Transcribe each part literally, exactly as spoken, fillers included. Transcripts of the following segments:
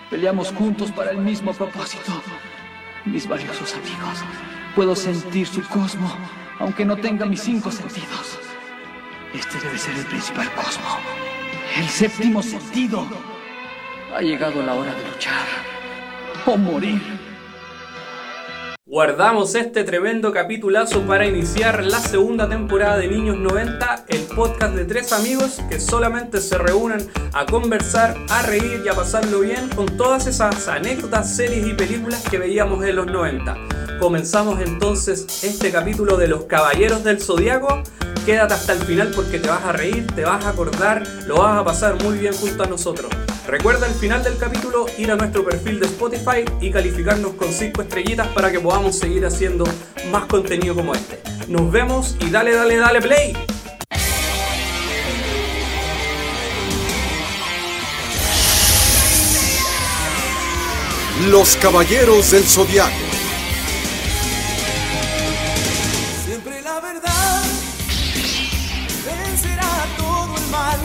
Peleamos juntos para el mismo propósito. Mis valiosos amigos. Puedo sentir su cosmo, aunque no tenga mis cinco sentidos. Este debe ser el principal cosmo. El séptimo sentido. Ha llegado la hora de luchar. O morir. Guardamos este tremendo capitulazo para iniciar la segunda temporada de Niños noventa, el podcast de tres amigos que solamente se reúnen a conversar, a reír y a pasarlo bien con todas esas anécdotas, series y películas que veíamos en los noventa. Comenzamos entonces este capítulo de Los Caballeros del Zodiaco. Quédate hasta el final porque te vas a reír, te vas a acordar, lo vas a pasar muy bien junto a nosotros. Recuerda al final del capítulo ir a nuestro perfil de Spotify y calificarnos con cinco estrellitas para que podamos seguir haciendo más contenido como este. Nos vemos y dale, dale, dale play. Los Caballeros del Zodiaco. Siempre la verdad vencerá todo el mal.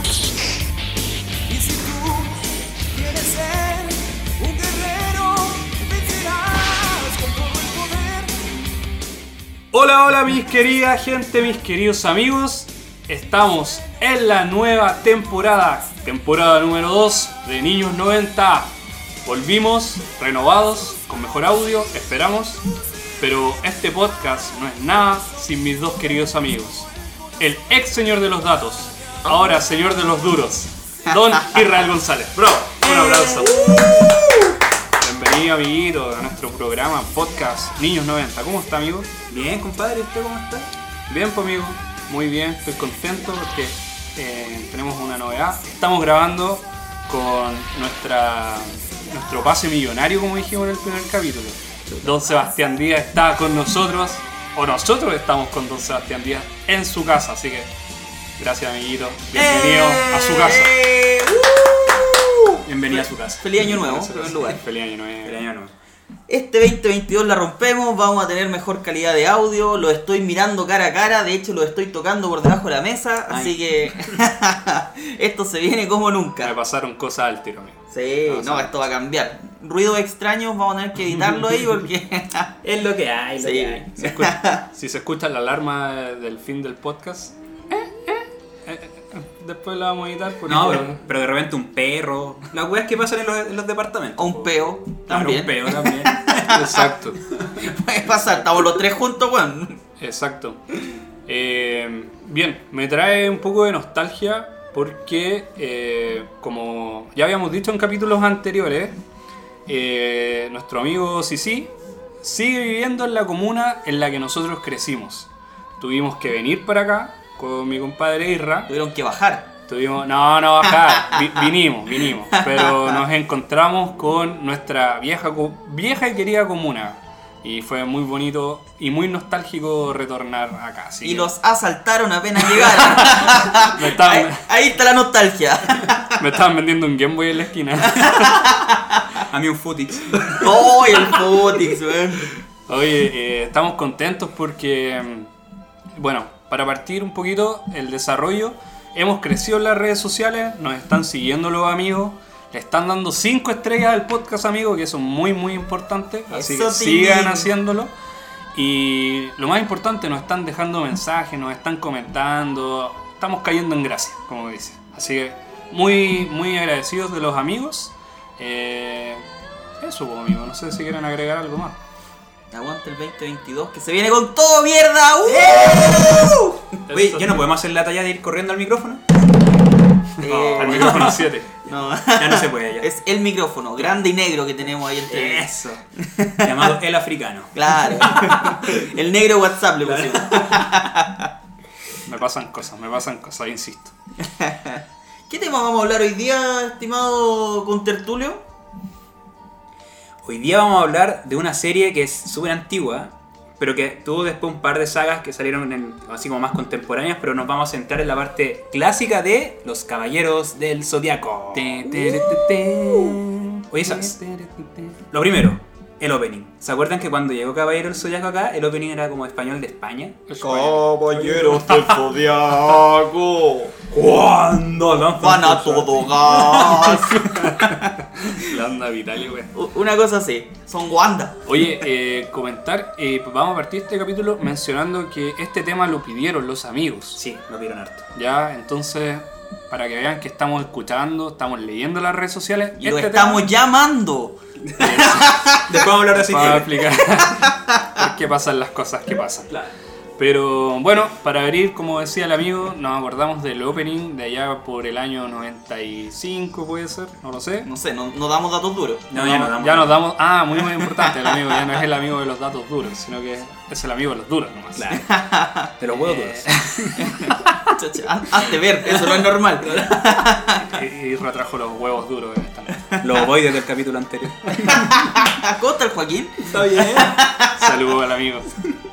Y si tú quieres ser un guerrero, vencerás con todo el poder. Hola, hola mis queridas gente, mis queridos amigos. Estamos en la nueva temporada, temporada número dos de Niños noventa. Volvimos renovados, con mejor audio, esperamos. Pero este podcast no es nada sin mis dos queridos amigos. El ex señor de los datos, ahora señor de los duros, Don Israel González. Bravo, un aplauso. Bienvenido, amiguito, a nuestro programa, podcast Niños noventa. ¿Cómo está, amigo? Bien, compadre, ¿usted cómo está? Bien, pues, amigo. Muy bien, estoy contento porque eh, tenemos una novedad. Estamos grabando con nuestra nuestro pase millonario, como dijimos en el primer capítulo. Don Sebastián Díaz está con nosotros, o nosotros estamos con Don Sebastián Díaz en su casa, así que gracias, amiguito. Bienvenido ¡Eh! a su casa. ¡Uh! Bienvenido a su casa. Feliz año nuevo, en Gracias, primer lugar. Feliz año nuevo. Feliz año nuevo. Este veinte veintidós la rompemos, vamos a tener mejor calidad de audio, lo estoy mirando cara a cara, de hecho lo estoy tocando por debajo de la mesa, Ay. así que esto se viene como Me nunca. pasaron cosas al tiro, amigo. Sí, No, no, sí. esto va a cambiar. Ruidos extraños vamos a tener que editarlo ahí porque... Es lo que hay, lo Sí. que hay. Se escucha- si se escucha la alarma del fin del podcast, eh, eh, eh, eh, después la vamos a editar. Porque No, pero, pero de repente un perro. Las weas que pasan en los, en los departamentos. O un peo, Claro, también. un peo también. Exacto. Puede pasar, estamos los tres juntos, bueno. Exacto. Eh, bien, me trae un poco de nostalgia porque, eh, como ya habíamos dicho en capítulos anteriores, eh, nuestro amigo Sisi sigue viviendo en la comuna en la que nosotros crecimos. Tuvimos que venir para acá con mi compadre Irra. Tuvieron que bajar. Tuvimos, no, no bajar, Vi- vinimos, vinimos, pero nos encontramos con nuestra vieja, co- vieja y querida comuna. Y fue muy bonito y muy nostálgico retornar acá. así Y que los asaltaron apenas llegaron. me, estaban, ahí, ahí está la nostalgia. me estaban vendiendo un Game Boy en la esquina. A mí un Futix. ¡Oh, el Fotix, weón! Oye, eh, estamos contentos porque, mm, bueno, para partir un poquito el desarrollo, hemos crecido en las redes sociales, nos están siguiendo los amigos, le están dando cinco estrellas al podcast, amigos, que eso es muy muy importante, así Eso que sí. sigan haciéndolo. Y lo más importante, nos están dejando mensajes, nos están comentando, estamos cayendo en gracia, como dice. Así que muy muy agradecidos de los amigos. Eh, eso, pues, amigos, no sé si quieren agregar algo más. Aguanta el veinte veintidós que se viene con todo, mierda. ¡Uh! Oye, ¿ya no podemos hacer la talla de ir corriendo al micrófono? Eh, Al micrófono siete. no. Ya no se puede ya. Es el micrófono grande y negro que tenemos ahí entre. Eso. Llamado El Africano. Claro. El negro WhatsApp le pusimos. Me pasan cosas, me pasan cosas, insisto. ¿Qué tema vamos a hablar hoy día, estimado contertulio? Hoy día vamos a hablar de una serie que es súper antigua, pero que tuvo después un par de sagas que salieron en- así como más contemporáneas, pero nos vamos a centrar en la parte clásica de Los Caballeros del Zodiaco. Te, te, te, te, te. Oye, ¿sabes? Lo primero, el opening. ¿Se acuerdan que cuando llegó Caballero del Zodiaco acá, el opening era como español de España? Caballeros del Zodiaco. ¿Cuándo Van a todo gas. Yolanda, Vitalia, güey. U- Una cosa así, son Wanda. Oye, eh, comentar, eh, vamos a partir este capítulo mencionando que este tema lo pidieron los amigos. Sí, lo vieron harto. Ya, entonces, para que vean que estamos escuchando, estamos leyendo las redes sociales. Y lo este estamos llamando. tema, Después vamos a hablar así. para explicar por qué pasan las cosas que pasan. Claro. Pero bueno, para abrir, como decía el amigo, nos acordamos del opening de allá por el año noventa y cinco, puede ser, no lo sé. No sé, no, no damos datos duros. No, ya no damos. ya nos damos. Ah, muy, muy importante, el amigo ya no es el amigo de los datos duros, sino que es el amigo de los duros nomás. Claro. De los huevos duros. Chacha, haz- Hazte ver, eso no es normal. Y, y retrajo los huevos duros en esta noche. Los voy del capítulo anterior. ¿Cómo está el Joaquín? Está bien. Saludos al amigo.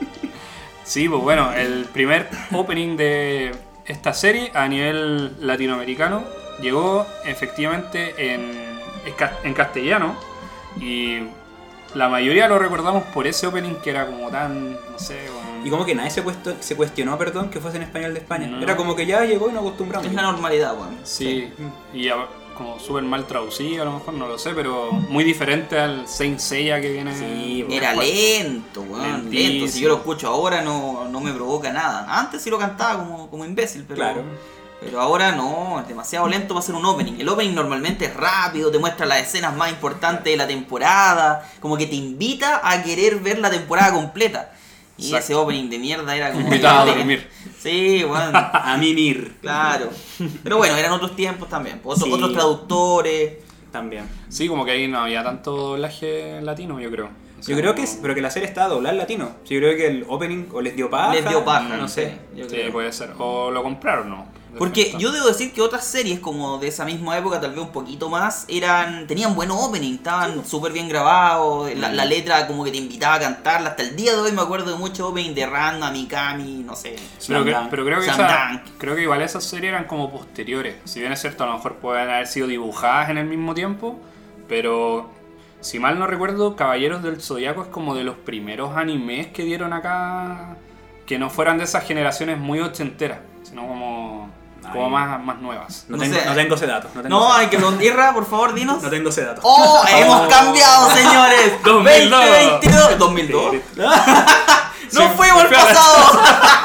Sí, pues bueno, el primer opening de esta serie a nivel latinoamericano llegó efectivamente en, en ca- en castellano y la mayoría lo recordamos por ese opening que era como tan, no sé, como- Y como que nadie se, cuesto- se cuestionó, perdón, que fuese en español de España. No. Era como que ya llegó y nos acostumbramos. Es la normalidad, weón. Sí, y a- como súper mal traducido a lo mejor, no lo sé, pero muy diferente al Saint Seiya que viene. Sí, Era después. lento, weón, Lentísimo. lento. Si yo lo escucho ahora no, no me provoca nada. Antes sí lo cantaba como, como imbécil, pero, Claro. pero ahora no, es demasiado lento para hacer un opening. El opening normalmente es rápido, te muestra las escenas más importantes de la temporada, como que te invita a querer ver la temporada completa. Y Exacto. ese opening de mierda era como... Invitado a dormir. Sí, weón. A mimir. Claro. Pero bueno, eran otros tiempos también. Otros, Sí. otros traductores. También. Sí, como que ahí no había tanto doblaje latino, yo creo. O sea, Yo creo que como- es, pero que la serie estaba doblada en latino. Sí, yo creo que el opening o les dio paja. Les dio paja, no sé. yo Sí, creo. puede ser. O lo compraron, ¿no? Porque Perfecto. yo debo decir que otras series como de esa misma época, tal vez un poquito más, eran tenían buenos openings, estaban súper bien grabados, la, la letra como que te invitaba a cantarla. Hasta el día de hoy me acuerdo de muchos openings de Ranma, Mikami, no sé. Pero, Slam que- Dunk. pero creo que Slam esa, Dunk. creo que igual esas series eran como posteriores. Si bien es cierto, a lo mejor pueden haber sido dibujadas en el mismo tiempo, pero si mal no recuerdo, Caballeros del Zodiaco es como de los primeros animes que dieron acá, que no fueran de esas generaciones muy ochenteras, sino como, como Ay. más, más nuevas. No, No tengo, sé. no tengo ese dato. No, tengo No, ese hay que preguntar, por favor, dinos. dato. No tengo ese dato. ¡Oh! ¡Hemos cambiado, señores! dos mil dos. veinte veintidós. ¿dos mil dos? ¡No Sí, fuimos al fui a la- pasado!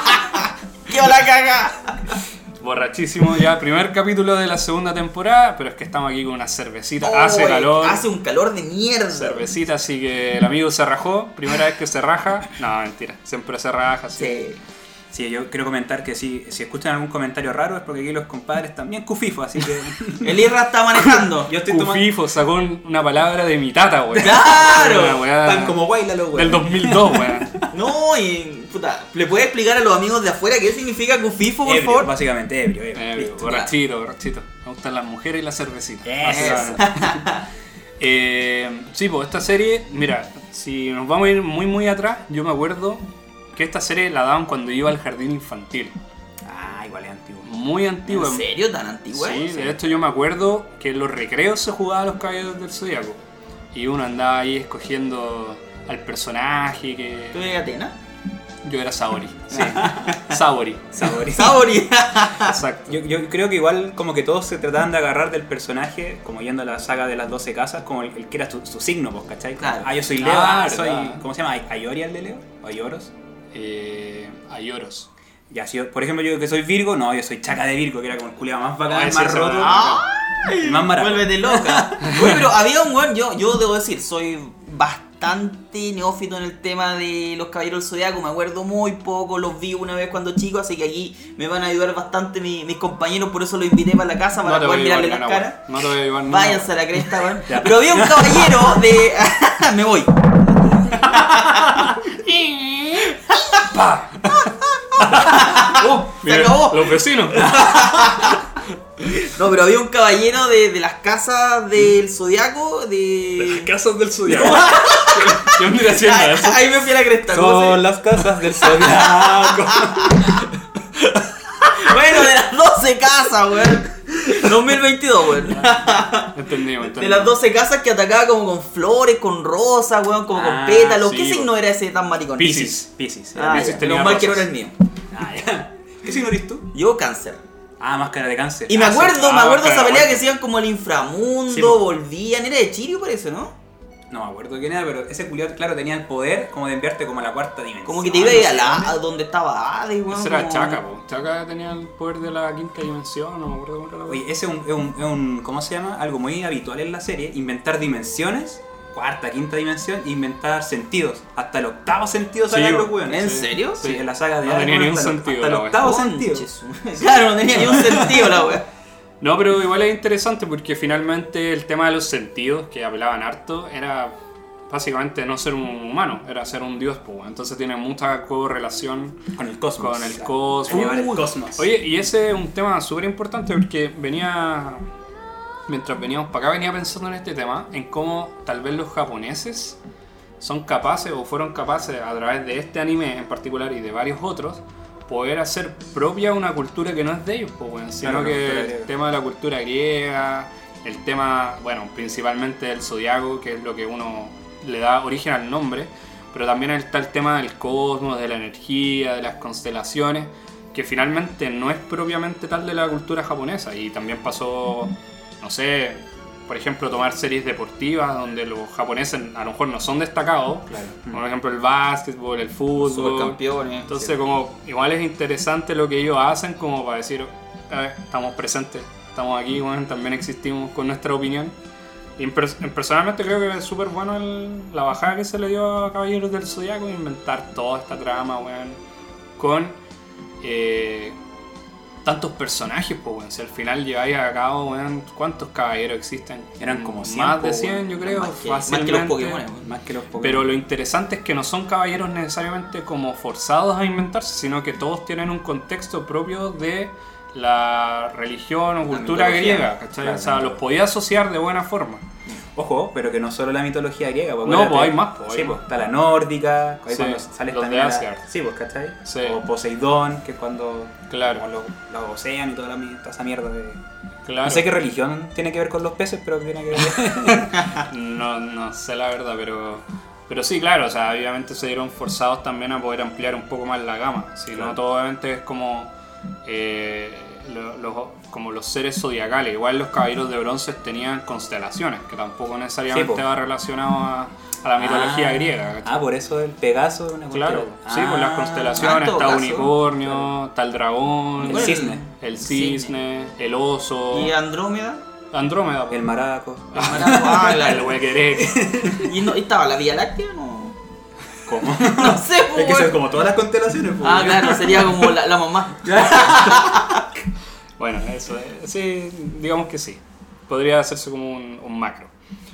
¡Qué la caga! Borrachísimo ya, primer capítulo de la segunda temporada, pero es que estamos aquí con una cervecita, Oh, hace calor. Hace un calor de mierda. Cervecita, así que el amigo se rajó, primera vez que se raja. No, mentira, siempre se raja. Sí. Sí. Sí, yo quiero comentar que si, si escuchan algún comentario raro es porque aquí los compadres también cufifo, así que El Irra está manejando. yo estoy tomando. Cufifo sacó un- una palabra de mi tata, weón. ¡Claro! Una weá Tan como guayla los del dos mil dos, weón. No, y puta, ¿le puedes explicar a los amigos de afuera qué significa cufifo, por Ebrio, favor? básicamente ebrio, ebrio. Eh, Listo. borrachito, borrachito. Me gustan las mujeres y la cervecita. Eso. Básicamente. Eh, sí, pues esta serie, mira, si nos vamos a ir muy muy atrás, yo me acuerdo que esta serie la daban cuando iba al jardín infantil. Ah, igual es antiguo. Muy antigua. ¿En serio? ¿Tan antigua? Sí, de hecho yo me acuerdo que en los recreos se jugaba a los Caballeros del Zodiaco. Y uno andaba ahí escogiendo al personaje que... ¿Tú eres Atena? Yo era Saori. Sí. Saori. Sabor. Saori. Exacto. Yo, yo creo que igual como que todos se trataban de agarrar del personaje, como yendo a la saga de las doce casas, como el, el que era su, su signo, pues, ¿cachai? Claro. Ah, yo soy Leo, Ah, ah, verdad. soy... ¿Cómo se llama? ¿Ay- ¿Ayori el de Leo? ¿O Ayoros? Eh, Ayoros. Ya, si yo, por ejemplo, yo que soy Virgo, no, yo soy Chaca de Virgo, que era como el culiado más bacán, Ah, el ese más es roto, bacán. el más barato. Vuélvete loca. Bueno, pero había un weón, yo, yo debo decir, soy bastante neófito en el tema de los Caballeros del Zodiaco, me acuerdo muy poco, los vi una vez cuando chico, así que aquí me van a ayudar bastante mi- mis compañeros, por eso los invité para la casa para No te voy poder a llevar mirarle ni las una caras. wea. No te voy a llevar ni una Váyanse wea. a la cresta, weón. Pero había un caballero de... me voy. ¡Pa! Oh, se Mira, acabó. los vecinos. No, pero había un caballero de, de las casas del Zodiaco, de... Casas del Zodiaco. Yo andé haciendo Ahí, eso. ahí me fui a la cresta. ¿cómo se- Son las casas del zodiaco. Bueno, de las doce casas, weón. dos mil veintidós, weón. Entendimos, De entendimos. las doce casas que atacaba como con flores, con rosas, weón, como Ah, con pétalos. sí, ¿Qué weón. signo era ese tan maricón? Piscis. Piscis. Ah, Piscis ya, tenía menos mal que no era rosas. el mío. Ah, ya. ¿Qué signo eres tú? Yo, cáncer. Ah, Máscara de Cáncer. Y me Ah, sí. acuerdo, ah, me acuerdo de esa pero pelea bueno. que se iban como al inframundo, Sí, po. volvían, era de Chirio parece, ¿no? No me acuerdo quién era, pero ese culiado, claro, tenía el poder como de enviarte como a la cuarta dimensión. Como que te iba a ir a no sé la, dónde. a donde estaba Hades, weón. Ese era como- Chaka, po. Chaka tenía el poder de la quinta dimensión, no me acuerdo cómo era la Oye, ese es un, es, un, es un, ¿cómo se llama? Algo muy habitual en la serie, inventar dimensiones, cuarta, quinta dimensión, inventar sentidos. Hasta el octavo sentido Sí, sacan bo. los weones. ¿En Sí. serio? Sí, en la saga de No tenía ni un hasta el- sentido Hasta el la wea. octavo sentido. Conche su- Claro, no tenía ni un sentido la wea. No, pero igual es interesante porque finalmente el tema de los sentidos que hablaban harto era básicamente no ser un humano, era ser un dios, pues. Entonces tiene mucha correlación Con el cosmos. con el Claro. cosmos. Llevar el Uy. cosmos. Oye, y ese es un tema súper importante porque venía, mientras veníamos para acá, venía pensando en este tema, en cómo tal vez los japoneses son capaces o fueron capaces a través de este anime en particular y de varios otros, poder hacer propia una cultura que no es de ellos, pues, bueno, sino Claro, la que cultura el griega. tema de la cultura griega, el tema, bueno, principalmente del zodiaco, que es lo que uno le da origen al nombre, pero también está el tema del cosmos, de la energía, de las constelaciones, que finalmente no es propiamente tal de la cultura japonesa. Y también pasó, no sé, por ejemplo, tomar series deportivas donde los japoneses a lo mejor no son destacados, Claro. por ejemplo el básquetbol, el fútbol. Supercampeones. Entonces, como igual es interesante lo que ellos hacen, como para decir, "Eh, estamos presentes, estamos aquí, bueno, también existimos con nuestra opinión". Y pers- personalmente creo que es súper bueno el- la bajada que se le dio a Caballeros del Zodiaco, inventar toda esta trama, weón, con eh, tantos personajes, pues, weón. Si al final lleváis a cabo, weón, ¿cuántos caballeros existen? Eran como cien, Más de po, cien, weón. yo creo, Más que- más que fácilmente. los Pokémon, weón. Más que los Pokémon. Pero lo interesante es que no son caballeros necesariamente como forzados a inventarse, sino que todos tienen un contexto propio de la religión o cultura mitología. griega, ¿cachai? Claro, O sea, la los podía asociar de buena forma. Ojo, pero que no solo la mitología griega. Pues, No, acuérdate. pues hay más, pues, hay Sí, más. pues está la nórdica, ahí Sí, cuando sale los también de la- Asgard. Sí, pues, ¿cachai? Sí. O Poseidón, que es cuando Claro. como los, los océanos y toda, la, mi- toda esa mierda de... Claro. No sé qué religión tiene que ver con los peces, pero tiene que ver... No, no sé la verdad, pero pero sí, claro, o sea, obviamente se dieron forzados también a poder ampliar un poco más la gama. Si no, Claro. todo obviamente es como eh, lo- los, como los seres zodiacales. Igual los caballeros de bronce tenían constelaciones, que tampoco necesariamente Sí, po. va relacionado a, a la mitología Ah, griega. ¿cachai? Ah, por eso el Pegaso es una Claro, constelación. sí, por las Ah, constelaciones en todo está caso, unicornio, está el dragón, El cisne. el cisne, el oso, ¿Y Andrómeda? Andrómeda, po. El maraco. Ah, el claro. huequereque. ¿Y, no, ¿y estaba la Vía Láctea? No, ¿Cómo? no sé, Es pues. que son weón. como todas las constelaciones. pues, Ah, weón. claro, sería como la, la mamá. Bueno, eso es- sí, digamos que sí. Podría hacerse como un, un macro.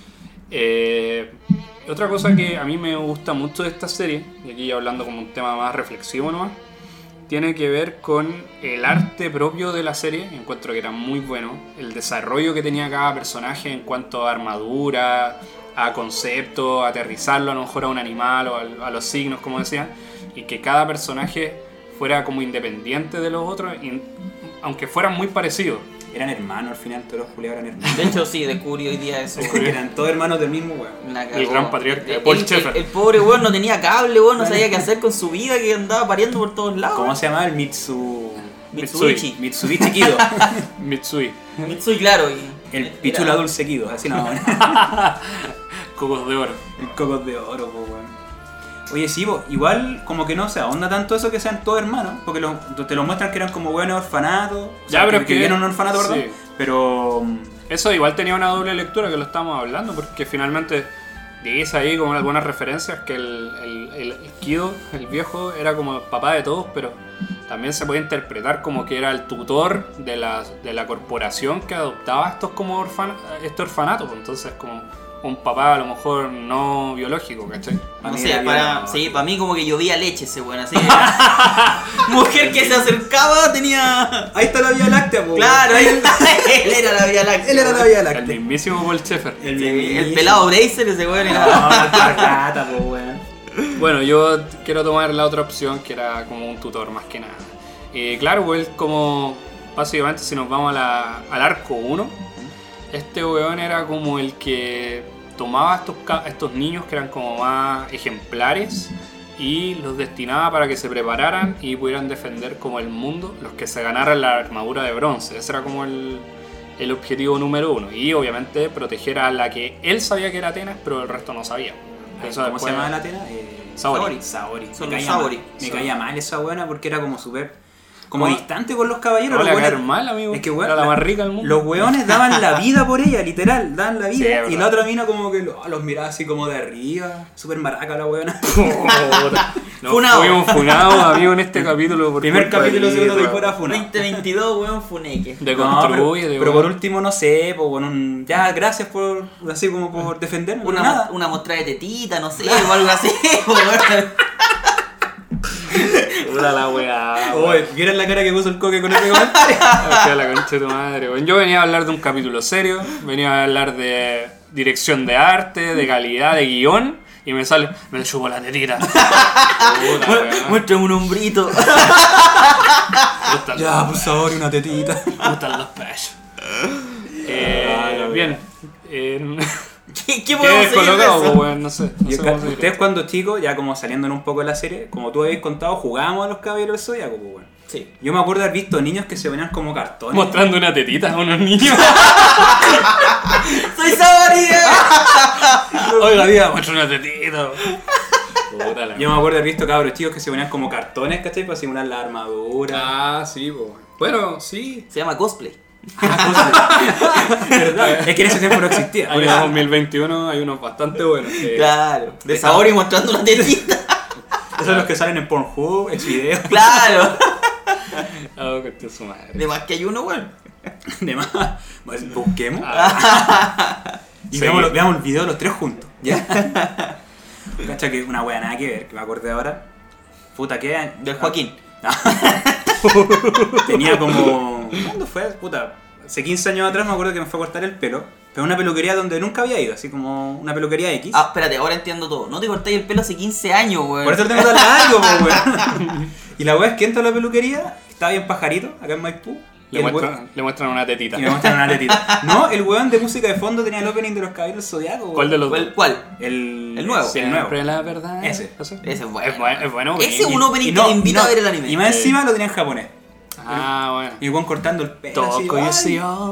Eh, otra cosa que a mí me gusta mucho de esta serie, y aquí hablando como un tema más reflexivo nomás, tiene que ver con el arte propio de la serie. Encuentro que era muy bueno. El desarrollo que tenía cada personaje en cuanto a armadura, a concepto, aterrizarlo a lo mejor a un animal o a, a los signos, como decía, y que cada personaje fuera como independiente de los otros, y- aunque fueran muy parecidos. Eran hermanos al final, todos los culiados eran hermanos. De hecho, sí, descubrí hoy día eso. weón. Eran todos hermanos del mismo weón. La El cagó. gran patriarca, El- Paul el- Schaeffer. El, el pobre weón no tenía cable, weón, no sabía qué hacer con su vida, que andaba pariendo por todos lados. ¿Cómo se llamaba? El Mitsu... Mitsubishi. Mitsubishi Kido. Mitsui, Mitsui, claro. Y, El era- pichula dulce Kido. Así no. cocos de oro. El cocos de oro, po, weón. Oye, sí, po, igual como que no se ahonda tanto eso que sean todos hermanos, porque lo- te lo muestran que eran como buenos orfanatos. O Ya, sea, pero que, es que- vivieron en un orfanato, perdón. sí. Pero... mm, Eso igual tenía una doble lectura que lo estamos hablando, porque finalmente dice ahí como algunas referencias que el, el, el, el Kido, el viejo, era como el papá de todos, pero también se puede interpretar como que era el tutor de la, de la corporación que adoptaba estos como orfana, este orfanato, pues, entonces como un papá a lo mejor no biológico, ¿cachai? No mí sé, era para, bien, sí, para mí como que llovía leche ese weón, así que... Mujer que se acercaba tenía... Ahí está la Vía Láctea, po. Claro, él, él era la Vía Láctea. Él era la Vía El Láctea. mismísimo Paul Schaeffer. El, Sí, el mismísimo. pelado Bracer ese weón era... No, la plata, po, weón. Bueno, yo quiero tomar la otra opción, que era como un tutor más que nada. Eh, claro, pues como básicamente si nos vamos a la- al arco uno, este weón era como el que tomaba a estos, ca- estos niños que eran como más ejemplares y los destinaba para que se prepararan y pudieran defender como el mundo los que se ganaran la armadura de bronce. Ese era como el, el objetivo número uno. Y obviamente proteger a la que él sabía que era Atenas, pero el resto no sabía. Eso ¿Cómo después- se llamaba la Atena? Eh, Saori. Saori. Son Me los caía Saori. mal. Me Saori. caía mal esa buena porque era como súper... Como ¿Cómo? distante con los caballeros. No los le va a hueones- caer mal, amigo. Es que, weón, Era la más rica del mundo. Los hueones daban la vida por ella, literal, daban la vida. Sí, es y verdad. la otra mina como que lo- los miraba así como de arriba. Súper maraca la hueona. Puta. Nos Funado. fuimos funados, amigo, en este capítulo. Por Primer culpa capítulo, de segundo Libra. temporada funa. veinte veintidós, weón, funeque. De No, pero, construye, de pero weón. por último, no sé, pues con un... Ya, gracias por... Así como por defenderme. Una, nada. mo- una muestra de tetita, no sé, o algo así. weón. Puta la weá. Oye, ¿vieron la cara que puso el coque con ese comentario? Hostia, la concha de tu madre, weón. Yo venía a hablar de un capítulo serio, venía a hablar de dirección de arte, de calidad, de guión, y me sale, me chupo la tetita. Puta, weón. Muéstrame un hombrito. Me gustan, Ya, por favor, una tetita. me gustan los pechos. Eh, bien. Eh, ¿Qué, qué ¿Qué podemos seguir de descolocado, eso? po, weón? No sé. No Yo sé ca- cómo seguir. ustedes cuando chicos, ya como saliéndonos un poco de la serie, como tú habéis contado, jugábamos a los caballeros del Zodiaco, pues bueno. Sí. Yo me acuerdo de haber visto niños que se venían como cartones. Mostrando una tetita a unos niños. ¡Soy Saori! Oiga, tía, muestra una tetita. Puta la Yo me acuerdo de haber visto cabros chicos que se venían como cartones, ¿cachai? Para simular la armadura. Ah, sí, po. Bueno, sí. Se llama cosplay. ¿Verdad? Es que en ese tiempo no existía. por Año eso. dos mil veintiuno hay unos bastante buenos. Eh, Claro. De Saori mostrando una tetita. Esos son los que salen en Pornhub, en video. Claro. Oh, que su madre. De más que hay uno, weón. De más. Pues, busquemos. Ah. Y Sí. veamos, veamos el video los tres juntos. ¿Ya? Cacha que una wea nada que ver, que me acordé ahora. Puta, ¿qué? Del Joaquín. Tenía como... ¿Cuándo fue? Puta, hace quince años atrás me acuerdo que me fue a cortar el pelo. Pero una peluquería donde nunca había ido, así como una peluquería X. Ah, espérate, ahora entiendo todo. No te cortáis el pelo hace quince años, weón. Por eso lo tengo tan largo, po, weón. Y la wea es que entro a la peluquería, estaba bien pajarito, acá en Maipú. Y, Le el we- muestran, le muestran una tetita. y me muestran una tetita. No, el weón de música de fondo tenía el opening de los Caballeros Zodiaco, weón. ¿Cuál de los ¿Cuál? dos? ¿Cuál? El, El nuevo. Sí, el nuevo. Siempre la verdad. Ese. ¿Ese? Ese es bueno. Es bueno, es bueno. Ese es y- un opening Y que te invita a ver el anime. Y más Sí. encima lo tenía en japonés. Ah, bueno. Y el weón cortando el pelo. así, Toco y ay. así, oh.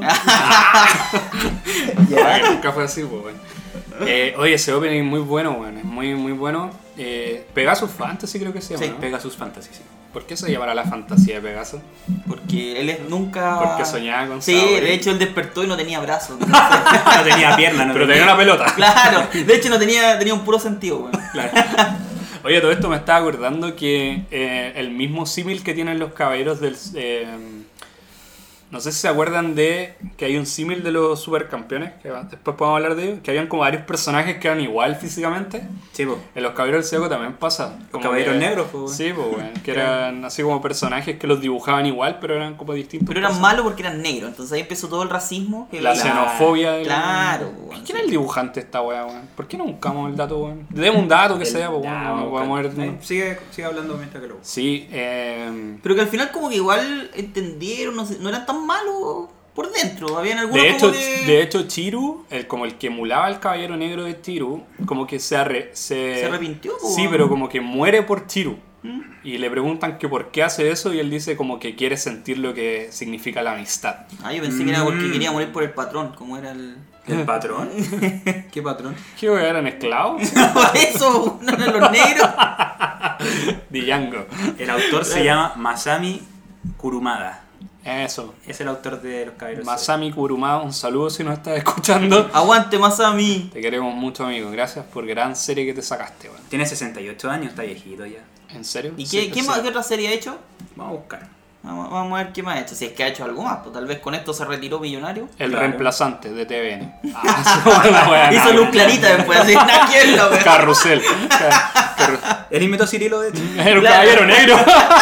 Nunca fue así, pues, bueno. Eh, oye, ese opening es muy bueno, weón. Es muy, muy bueno. Eh, Pegasus Fantasy creo que se llama, Sí. ¿no? Pegasus Fantasy, sí. ¿Por qué se llamará la fantasía de Pegasus? Porque él es nunca. Porque soñaba con Sí, Saori. de hecho él despertó y no tenía brazos. No tenía pierna, no Pero tenía una pelota. Claro, de hecho no tenía, tenía un puro sentido, weón. Claro. Oye, todo esto me estaba acordando que eh, el mismo símil que tienen los caballeros del... eh, no sé si se acuerdan de que hay un símil de los supercampeones, que va- después podemos hablar de ellos, que habían como varios personajes que eran igual físicamente. Sí, po. En los caballeros del Zodiaco también pasa. Como caballeros que- negros, pues, Sí, pues, bueno, que eran así como personajes que los dibujaban igual, pero eran como distintos. Pero eran personajes. malos porque eran negros, entonces ahí empezó todo el racismo. que La había- xenofobia. de la- Claro, weón. ¿Quién es el dibujante de esta weá, weón? ¿Por qué no buscamos el dato, weón? Demos un dato que sea, pues, Ya, weón. vamos No a podemos buscar. ver- Ahí, Sigue, sigue hablando mientras que lo busco. Sí, eh... Pero que al final como que igual entendieron, no, sé, no eran tan malos por dentro. Habían algunos De hecho, como que... de hecho, Chiru, el, como el que emulaba al caballero negro de Chiru, como que se, arre- se... Se arrepintió, po, Sí, weón. pero como que muere por Chiru. Y le preguntan que por qué hace eso y él dice como que quiere sentir lo que significa la amistad. Ah, yo pensé que era porque Mm. quería morir por el patrón, como era el... ¿El patrón? ¿Qué patrón? ¿Qué weá eran esclavos? Por eso, no eran los negros. Django. El autor se llama Masami Kurumada. Eso. Es el autor de Los Caballeros. Masami Kurumada, un saludo si nos estás escuchando. Aguante Masami. Te queremos mucho, amigo. Gracias por gran serie que te sacaste, weón. Tiene sesenta y ocho años, está viejito ya. ¿En serio? ¿Y Sí, qué, qué, sí. más, qué otra serie ha hecho? Vamos a buscar. Vamos, vamos a ver qué más ha hecho. Si es que ha hecho algo más, pues tal vez con esto se retiró millonario. El Claro. reemplazante de T V N. Ah, la wea, Hizo nada. luz clarita después, así, nada que ver la wea. Carrusel. Car- carru- Él invitó a Cirilo, de hecho. Era un Claro. caballero negro.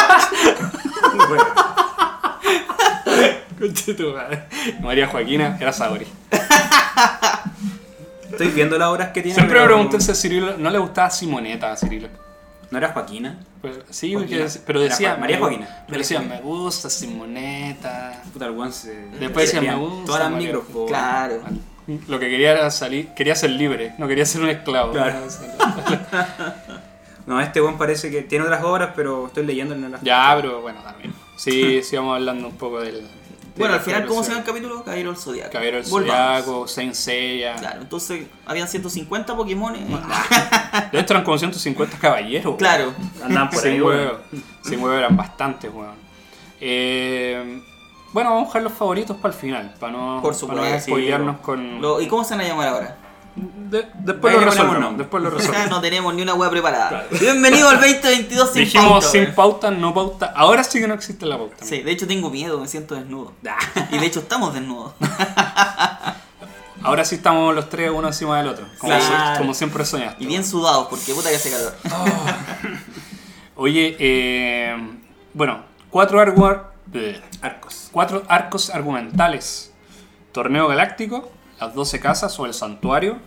Conche tu madre. María Joaquina era Saori. Estoy viendo las obras que tiene. Siempre me pero- pregunté si a Cirilo no le gustaba Simoneta a Cirilo. ¿No era Joaquina? Pues, sí, Joaquina. porque- pero Era decía. Joa- María me- Joaquina. Pero María decía, Joaquina. me gusta Simoneta. Puta, el weón se... Después se decía, me metían gusta, todas las María. micros, po. Claro. Lo que quería era salir, quería ser libre, no quería ser un esclavo. Claro. No, este weón parece que tiene otras obras, pero estoy leyendo y no las. Ya, pero bueno, también. Sí, sí, vamos hablando un poco del. Bueno, del al final, ¿cómo se llama Caballero el capítulo? Caballero del Zodiaco. Caballero del Volvamos. Zodiaco, Saint Seiya. Claro, entonces habían ciento cincuenta Pokémones. De hecho eran como ciento cincuenta caballeros. weón. Claro. Andaban por ahí, Sin weón. huevo. Sin huevo eran bastantes, weón. Eh, bueno, vamos a dejar los favoritos para el final, para no, Por para supuesto. no spoilearnos con... Lo- ¿Y cómo se van a llamar ahora? De- después Ahí lo le ponemos resolvemos. nombre. Después lo O sea, resolvemos. no tenemos ni una wea preparada. Bienvenido al veinte veintidós sin Dijimos pauta, sin weón. pauta, no pauta. Ahora sí que no existe la pauta. Sí, de hecho tengo miedo, me siento desnudo. Y de hecho estamos desnudos. Ahora sí estamos los tres uno encima del otro. Como, Claro. si- como siempre soñaste. Y bien sudados, porque puta que hace calor. Oye, eh, bueno, cuatro, argu- bleh, Arcos. cuatro arcos argumentales. Torneo Galáctico, las doce casas o el santuario,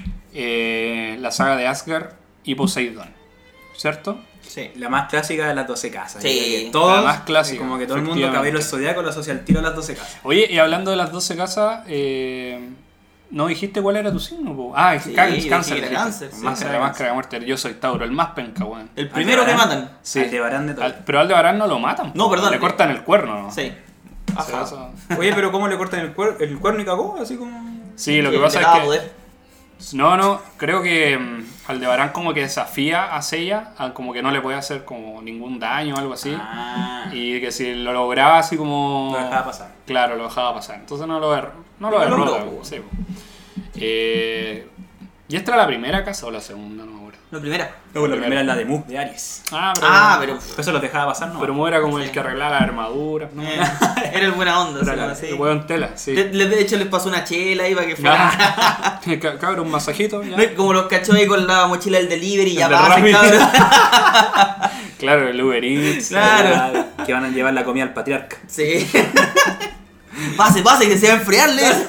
eh, la saga de Asgard y Poseidón. ¿Cierto? Sí. La más clásica de las doce casas. Sí. Yo creo que todos, La más clásica, Como que todo el mundo, efectivamente. Caballero del Zodiaco, lo asocia al tiro a las doce casas. Oye, y hablando de las doce casas, eh, ¿no dijiste cuál era tu signo? po? Ah, es Sí, can- yo dije cáncer. que era dijiste. cáncer, sí. Máscara, la máscara de muerte. Yo soy Tauro, el más penca, weón. El primero que Aldebarán. matan. Sí. Aldebarán de todo. Al- pero Aldebarán no lo matan. No, po, perdón. Le cortan el cuerno. ¿no? Sí. O sea, Ajá. eso- Oye, pero ¿cómo le cortan el, cuer el cuerno y cagó? Así como... Sí, lo Sí, que pasa le es daba que... poder. No, no, creo que mm, Aldebarán como que desafía a Seiya, a como que no le puede hacer como ningún daño o algo así. Ah, Y que si lo lograba así como... lo dejaba pasar. Claro, lo dejaba pasar. Entonces no lo, der- no lo No lo derrota. logró, po, sí, po. Eh, ¿Y esta era la primera casa o la segunda? No me acuerdo. La primera. No, la primera es la de Mu, de Aries. Ah, pero, Ah, pero. Eso los dejaba pasar, ¿no? pero Mu era como el que arreglaba la armadura. ¿no? eh, era el buena onda, Era así, la- así. el huevo en tela, sí. Le- le- De hecho, les pasó una chela ahí para que fuera. Ah, ca- Cabrón, un masajito. ya. No es como los cachos ahí con la mochila del delivery y ya El de pasan, Rappi. cabrón. Claro, el Uber Eats. Claro. Que van a llevar la comida al patriarca. Sí. Pase, pase, que se va a enfriarles.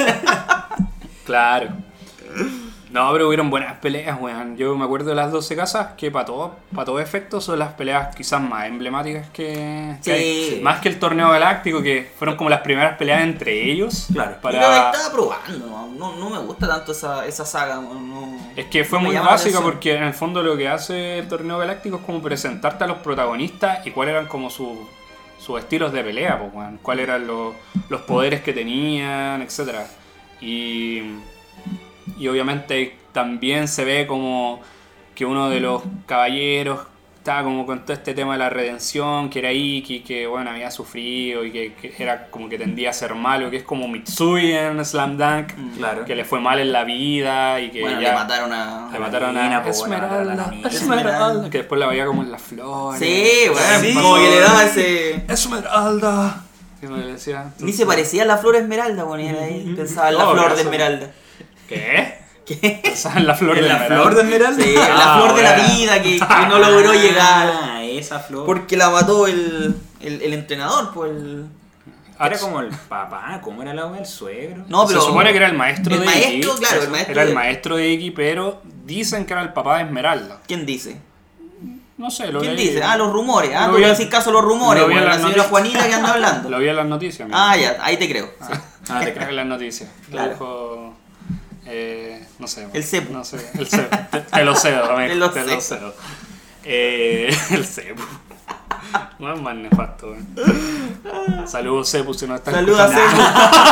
Claro. No, pero hubieron buenas peleas, weón. Yo me acuerdo de las doce casas que para todo, para todo efecto son las peleas quizás más emblemáticas que, que Sí. hay. Más que el torneo galáctico, que fueron como las primeras peleas entre ellos. Claro. Yo la Para... estaba probando, no, no, no me gusta tanto esa, esa saga. No, no- Es que fue no me muy llama la básica atención. porque en el fondo lo que hace el torneo galáctico es como presentarte a los protagonistas y cuáles eran como su- sus estilos de pelea, pues, weón. Cuáles eran los, los poderes que tenían, etcétera. Y, y obviamente también se ve como que uno de los caballeros estaba como con todo este tema de la redención, que era Iki, que bueno, había sufrido y que, que era como que tendía a ser malo, que es como Mitsui en Slam Dunk, Claro. que le fue mal en la vida y que Bueno, ya le mataron a. le mataron mina, a po, bueno, mataron a la Esmeralda, mina. Esmeralda, que después la veía como en las flores. Sí, bueno, Sí. como que le daba ese. Esmeralda. Que me decía. Ni se parecía a la flor esmeralda, ponía ahí. Pensaba en la No, flor pero de eso- esmeralda. ¿Qué? ¿Qué? Pensaba en la flor ¿En de la Esmeralda. flor de Esmeralda? Sí, la Ah, flor de la bueno. vida que, que no logró llegar. Ah, esa flor. Porque la mató el, el, el entrenador, pues el. Era como el papá, ¿cómo era la wea? El suegro. No, pero. Se supone que era el maestro el de maestro, Iki. claro, el maestro Era el de- maestro de Iki, pero dicen que era el papá de Esmeralda. ¿Quién dice? No sé, lo ¿Quién leí. dice? Ah, los rumores. Ah, Lo tú vi le en- haces caso a los rumores, lo vi en bueno, la las señora noticias. Juanita que anda hablando. Lo vi en las noticias. amigo. Ah, ya, ahí te creo. sí. Ah, te Creo que en las noticias. Lo Claro. dijo, eh, no sé. El cepo. No sé. El cepo. Te, te lo cedo, amigo. Te lo Te lo cedo. cedo. Eh, el cepo. No es más nefasto, güey. Saludos, cepo, si no estás Saluda escuchando.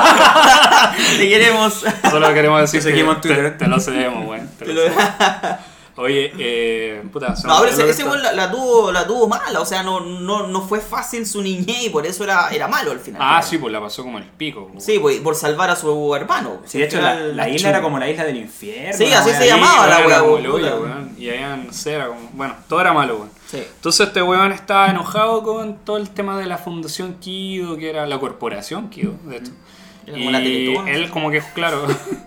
a Cepo. Te queremos. Solo queremos decir Te que seguimos en te, Twitter. te lo cedemos, güey. Te Te lo lo- cedemos. Oye, eh, puta, se me No, pero olvidó ese, lo ese que weón la, la tuvo, la tuvo mala, o sea, no, no, no fue fácil su niñez y por eso era, era malo al final. Ah, claro. sí, pues la pasó como el pico. güey. Sí, pues, por salvar a su hermano. Sí, de hecho, la, Al- la isla era como la isla del infierno. Sí, una así wea se llamaba Sí, la era wea, como weón, el hoyo, puta. weón. Y allá no sé, era como. Bueno, todo era malo, weón. Sí. Entonces este weón estaba enojado con todo el tema de la Fundación Kido, que era la corporación Kido, de hecho. Era como Y la Teletón, él ¿no? como que, claro,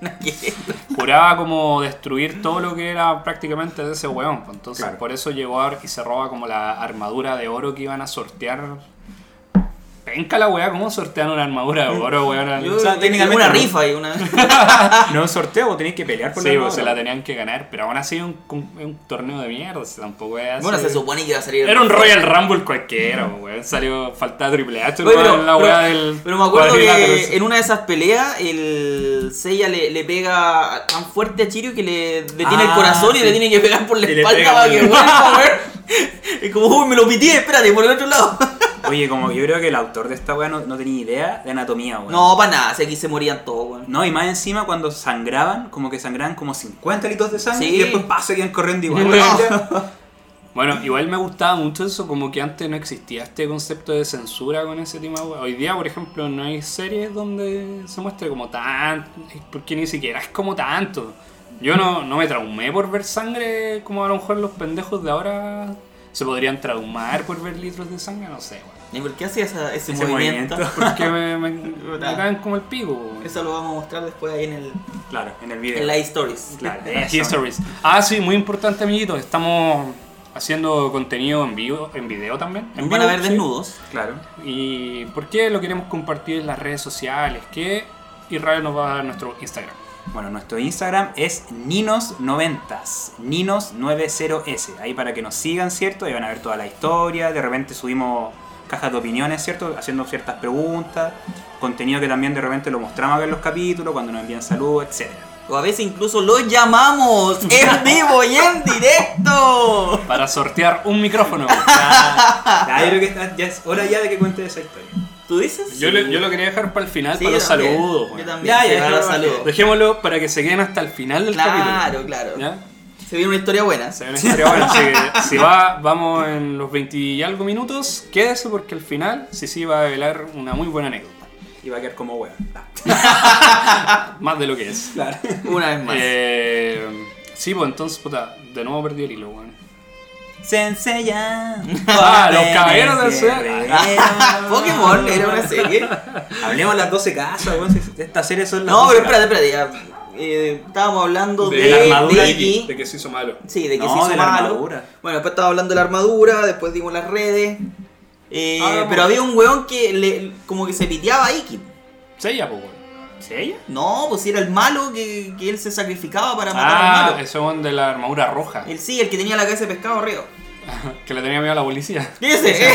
juraba como destruir todo lo que era prácticamente de ese weón. pues. Entonces Claro. por eso llegó a- y se roba como la armadura de oro que iban a sortear penca la weá, ¿cómo sortean una armadura de oro, weón? Yo, O sea, tenía técnicamente una no. rifa y una... No es un sorteo, vos tenés que pelear por Sí, la pues se armadura. la tenían que ganar, pero aún así es un, un, un torneo de mierda, si tampoco es así. Bueno, se supone que iba a salir... Era un Royal Rumble cualquiera, weón. Salió faltaba Triple H, Oye, ¿no? pero, En la pero- weá del. pero me acuerdo cuadrilátero que ese. en una de esas peleas el Seiya le, le pega tan fuerte a Chirio que le detiene Ah, el corazón y sí. le tiene que pegar por la Y le espalda pega para por que la- vuelva a ver. Es como, uy, me lo pitié, espérate, por el otro lado. Oye, como yo creo que el autor de esta weá no, no tenía idea de anatomía, weón. No, para nada, si aquí se morían todos, weón. No, y más encima cuando sangraban, como que sangraban como cincuenta litros de sangre Sí. y después pa, seguían corriendo igual. No. weón. Bueno, igual me gustaba mucho eso, como que antes no existía este concepto de censura con ese tema. weón. Hoy día, por ejemplo, no hay series donde se muestre como tan... Porque ni siquiera es como tanto. Yo no, no me traumé por ver sangre como a lo mejor los pendejos de ahora se podrían traumar por ver litros de sangre, no sé, weón. ¿Y por qué hacía esa- ese, Ese movimiento? movimiento. Porque me, me, me caen como el pico, weón. Eso lo vamos a mostrar después ahí en el Claro, en el video. en Live Stories. Claro, Aquí eso. Stories. Ah, sí, muy importante, amiguitos. Estamos haciendo contenido en vivo, en video también. En Van a vivo, ver sí. desnudos. Claro. ¿Y por qué lo queremos compartir en las redes sociales? Que Israel nos va a dar nuestro Instagram. Bueno, nuestro Instagram es ninos noventa, ninos noventa ese. Ahí para que nos sigan, ¿cierto? Ahí van a ver toda la historia. De repente subimos cajas de opiniones, ¿cierto? Haciendo ciertas preguntas. Contenido que también de repente lo mostramos acá en los capítulos, cuando nos envían saludos, etcétera. O a veces incluso los llamamos en vivo y en directo. Para sortear un micrófono. Ya, ya, yo creo que está- ya es hora ya de que cuentes esa historia. ¿Tú dices? Yo, le- yo lo quería dejar para el final, Sí, para yo los también. saludos. Yo weón. también. Ya, sí, ya, para ya, los ya. saludos. Dejémoslo para que se queden hasta el final del Claro, capítulo. claro. ¿Ya? Se viene una historia buena. Se ve una historia buena, así que si va, vamos en los veinte y algo minutos, quédese porque al final sí sí va a revelar una muy buena anécdota. Y va a quedar como hueá. Más de lo que es. Claro. Una vez más. Eh, sí, pues entonces, puta, de nuevo perdí el hilo, weón. Senseiya. Ah, los caballeros del Zodiaco. Pokémon era una serie. Hablemos las doce casas, weón. si Estas series son las No, doce pero espérate, espérate. Ya. Eh, estábamos hablando de, De la armadura de de, Iki. de que se hizo malo. Sí, de que No, se hizo de la malo. armadura. Bueno, después estábamos hablando de la armadura, después dimos las redes. Eh, Ah, bueno. pero había un weón que le, como que se piteaba a Iki. Sí, ya, pues, weón. ¿Senseiya? No, pues era el malo que, que él se sacrificaba para matar al Ah, malo. ese weón de la armadura roja. Él sí, el que tenía la cabeza de pescado arriba. Que le tenía miedo a la policía. Ese,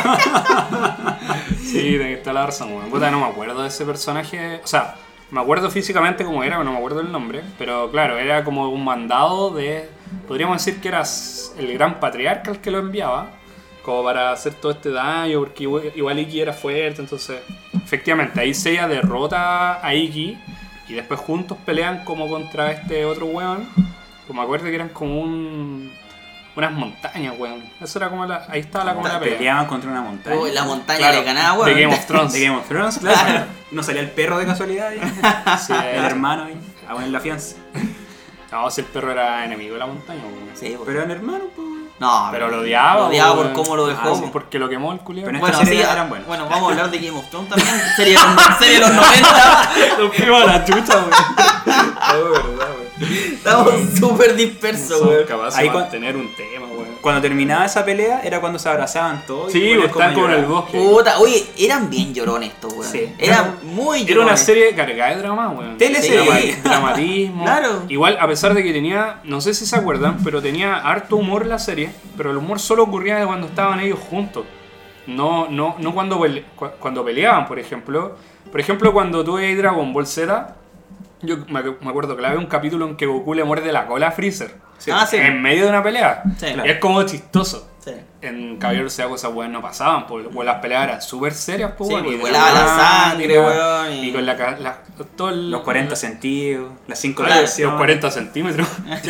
Sí, de que está la razón, weón. Puta, no me acuerdo de ese personaje. O sea, me acuerdo físicamente cómo era, pero no me acuerdo el nombre. Pero claro, era como un mandado de. Podríamos decir que era el gran patriarca el que lo enviaba. Como para hacer todo este daño, porque igual, igual Iki era fuerte. Entonces, efectivamente, ahí Seiya derrota a Iki. Y después juntos pelean como contra este otro weón. Como me acuerdo que eran como un. Unas montañas, weón. Eso era como la. Ahí estaba la como la pelea. Peleaban contra una montaña. Uy, la montaña Claro, le ganaba, de weón. Game of Thrones. De Game of Thrones, claro. No salía el perro de casualidad ahí. Sí, El era- hermano ahí. A poner la fianza. No, si el perro era enemigo de la montaña, weón. Sí, pues. Pero eran hermanos, pues. No, Pero lo odiaba. Lo odiaba weón. por cómo lo dejó. Ah, sí, porque lo quemó el culiado. Pero en Bueno, Estas series sí, eran buenas. bueno, vamos a hablar de Game of Thrones también. Serie de los, serie de los noventa. Lo fuimos a la chucha, weón. Oh, verdad, weón. Estamos súper dispersos, Son weón. capaces Ahí de cuan- mantener un tema, weón. Cuando terminaba esa pelea era cuando se abrazaban todos. y Sí, ponían están como en a el llorar. bosque. Puta, oye, eran bien llorones estos, weón. Sí. Eran muy llorones. Era una serie cargada de drama, weón. Teleserie. Drama- Dramatismo. Claro. Igual, a pesar de que tenía, no sé si se acuerdan, pero tenía harto humor la serie, pero el humor solo ocurría de cuando estaban ellos juntos. No, no, no cuando, pele- cu- cuando peleaban, por ejemplo. Por ejemplo, cuando tú veis Dragon Ball Z, yo me ac- me acuerdo que había un capítulo en que Goku le muerde la cola a Freezer. Ah, sí. En medio de una pelea. Sí, Y claro. es como chistoso. Sí. En Caballero del Zodiaco esas weas no pasaban, pues, pues las peleas eran súper serias, pues, Sí, weón, pues, y volaba la dramáticas, sangre, weón, y- Y con la, ca- la- todo el- Los cuarenta sentidos, las cinco Claro, dimensiones. los cuarenta centímetros.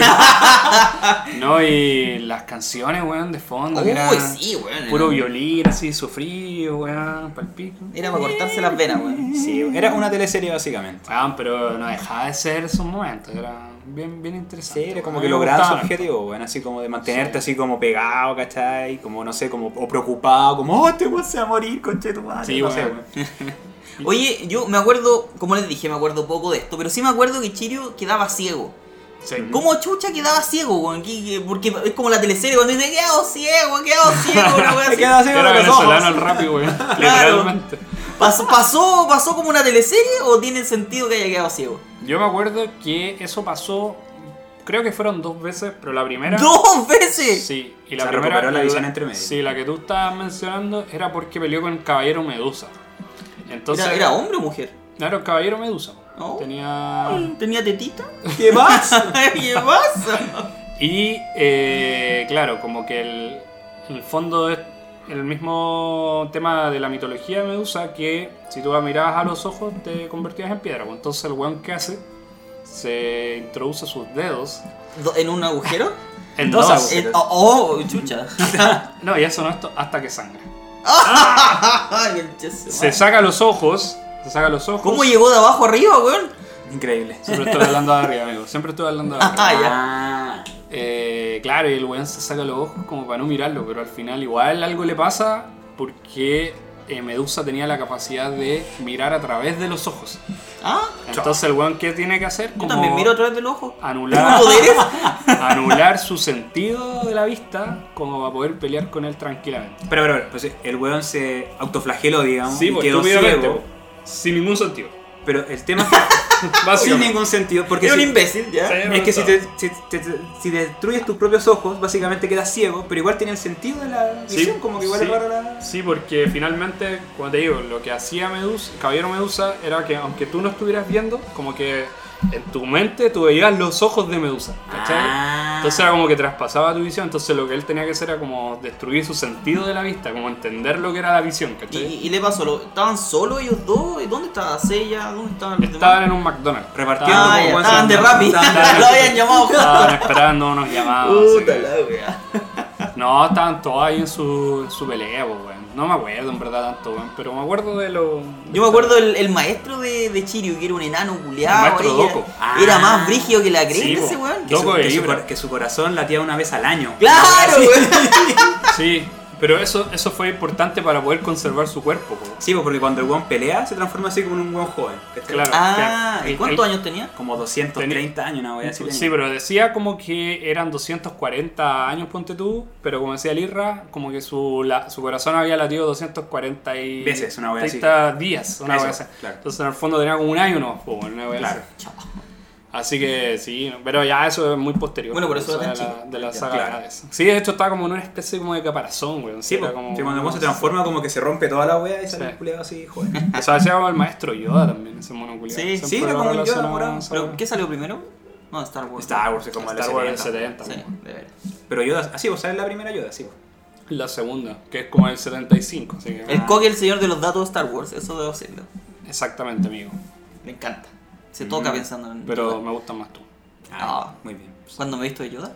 No, y las canciones, weón, de fondo. que Uy, eran sí, weón. Puro era- violín, así, sufrido, weón, palpico. Era para cortarse las venas, weón. Sí, era una teleserie básicamente. Ah, pero no dejaba de ser esos momentos, era bien, bien interesante. Sí, era como weón. que Me lograba su gustaban. objetivo, bueno, así como de mantenerte así como pegado, ¿cachai? Como, no sé, como o preocupado, como, oh, este weón se va a morir, conche tu madre. Sí, no weón. sé, weón. Oye, yo me acuerdo, como les dije, me acuerdo poco de esto, pero sí me acuerdo que Chirio quedaba ciego. Sí. ¿Cómo chucha quedaba ciego, weón? ¿Qué- qué- Porque es como la teleserie cuando dice, he quedado ciego, he quedado ciego, una wea Me así. quedo así con Era los venezolano ojos. el rápido, weón. Literalmente. ¿Pasó, pasó, ¿Pasó como una teleserie o tiene sentido que haya quedado ciego? Yo me acuerdo que eso pasó, creo que fueron dos veces, pero la primera... ¡Dos veces! Sí, y la Se primera... recuperó la visión entre medio. Sí, la que tú estabas mencionando era porque peleó con el Caballero Medusa. Entonces... ¿Era, ¿Era hombre o mujer? Era el Caballero Medusa. Oh. Tenía... ¿Tenía tetita? ¿Qué pasa? ¿Qué pasa? Y, eh, claro, como que el, en el fondo es el mismo tema de la mitología de Medusa, que si tú la mirabas a los ojos te convertías en piedra. Pues entonces el weón que hace se introduce sus dedos Do- ¿En un agujero? en Dos dos. agujeros. Eh, oh, oh, chucha. No, y eso no es to- hasta que sangra. Ay, el chese, Se man. saca los ojos, se saca los ojos. ¿Cómo llegó de abajo arriba, weón? Increíble. Siempre estoy hablando de arriba, amigo. Siempre estoy hablando de arriba. Ah, ya. Ah. Eh, claro, y el weón se saca los ojos como para no mirarlo, pero al final igual algo le pasa porque eh, Medusa tenía la capacidad de mirar a través de los ojos. ¿Ah? Entonces el weón, ¿qué tiene que hacer? Yo Como también miro a través del ojo. anular, ¿Tengo poderes? anular su sentido de la vista como para poder pelear con él tranquilamente. Pero, pero, pues el weón se autoflageló, digamos. Sí, y pues quedó estúpidamente, ciego. po. Sin ningún sentido. Pero el tema es que. sin Básicamente. ningún sentido. Porque Era un si- imbécil, ¿ya? Sí. es que si, te, si, te- si destruyes tus propios ojos, básicamente quedas ciego, pero igual tiene el sentido de la visión, como que igual sí, es raro la. sí, porque finalmente, como te digo, lo que hacía Medusa, Caballero Medusa era que aunque tú no estuvieras viendo, como que en tu mente tú veías los ojos de Medusa, ¿cachai? Ah. Entonces era como que traspasaba tu visión, entonces lo que él tenía que hacer era como destruir su sentido de la vista, como entender lo que era la visión, ¿Y, ¿cachai? y le pasó? ¿Lo- ¿Estaban solos ellos dos? ¿Y ¿Dónde estaba Sella? ¿Dónde estaban los Estaban demás? en un McDonald's. Repartiendo Ah, como ya, buen estaban de ser humano. Rappi. Estaban- Lo habían llamado justo. Estaban esperando unos llamados. así Puta que- la wea. No, estaban todos ahí en su, en su pelea, pues, weón. No me acuerdo en verdad tanto, weón, pero me acuerdo de lo... Yo me acuerdo del el maestro de, de Chiryu, que era un enano culeado. El maestro ahí, que era- Doko. Era, Ah. más brígido que la cresta Sí, ese po. weón. Que su, Loco de que, su, Libra. cor- que su corazón latía una vez al año. Claro, Sí. weón. Sí, pero eso, eso fue importante para poder conservar su cuerpo, po. Sí, pues, porque cuando el weón pelea se transforma así como en un weón joven. ¿cachai? Claro. Ah, que ¿y el- cuántos el- años tenía? Como doscientos treinta años, una wea así. Sí, pero decía como que eran doscientos cuarenta años, ponte tú, pero como decía Lirra, como que su, la- su corazón había latido doscientos cuarenta y... Veces, una wea así. treinta días, una Eso, wea así. claro. Entonces en el fondo tenía como un año nomás, po, una wea Claro. así. Así que sí, pero ya eso es muy posterior. Bueno, por eso de era la, tan chico. de la Ya, saga claro. de Hades. Sí, de hecho estaba como en una especie como de caparazón, weón. Sí, Era pues, como- que cuando el weón se transforma como que se rompe toda la wea y sale Sí. un culiado así joven. O sea, se llama el maestro Yoda también, ese mono culiado. Sí, Siempre sí, lo era como un Yoda relacionamos morado. a esa ¿Pero wea. qué salió primero? No, Star Wars. Star Wars es como Star el Wars del setenta. setenta. Sí, de veras. Pero Yoda, así, vos sabes la primera Yoda, sí. pues. La segunda, que es como el setenta y cinco. Así que, El Coque, el señor de los datos de Star Wars, eso debo decirlo. exactamente, amigo. Me encanta. Se toca Mm, pensando en. Pero Yoda. me gustan más tú. Ah, Ah. muy bien. ¿Cuándo me he visto de Yoda?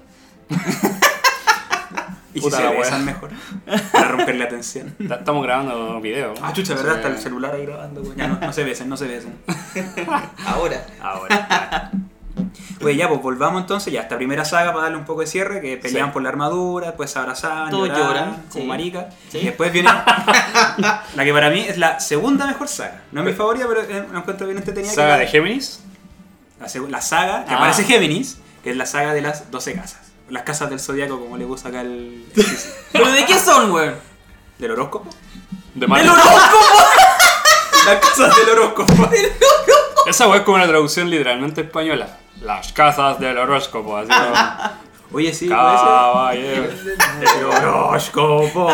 Y si Puta se la wea. besan mejor, para romper la tensión. Ta- Estamos grabando video. Ah, chucha, Así ¿verdad? que- Está el celular ahí grabando, güey. Ya no, no se besen, no se besen. Ahora. Ahora, claro. Pues ya, pues volvamos entonces ya a esta primera saga para darle un poco de cierre, que peleaban Sí. por la armadura, después se abrazaban, Todos lloraban, lloran, como sí. marica. Sí. Y después viene la que para mí es la segunda mejor saga. No es mi favorita, pero eh, me encuentro bien entretenida. que ¿Saga la- de Géminis? La, seg- la saga que Ah. aparece Géminis, que es la saga de las doce casas. Las casas del zodiaco, como le gusta acá el... el Sisi. ¿Pero de qué son, weón? ¿Del horóscopo? De Marte. ¡El horóscopo! Las casas del horóscopo. Esa wea es como una traducción literalmente española. Las casas del horóscopo, así como... Oye, sí, puede ser. Caballero. El horóscopo.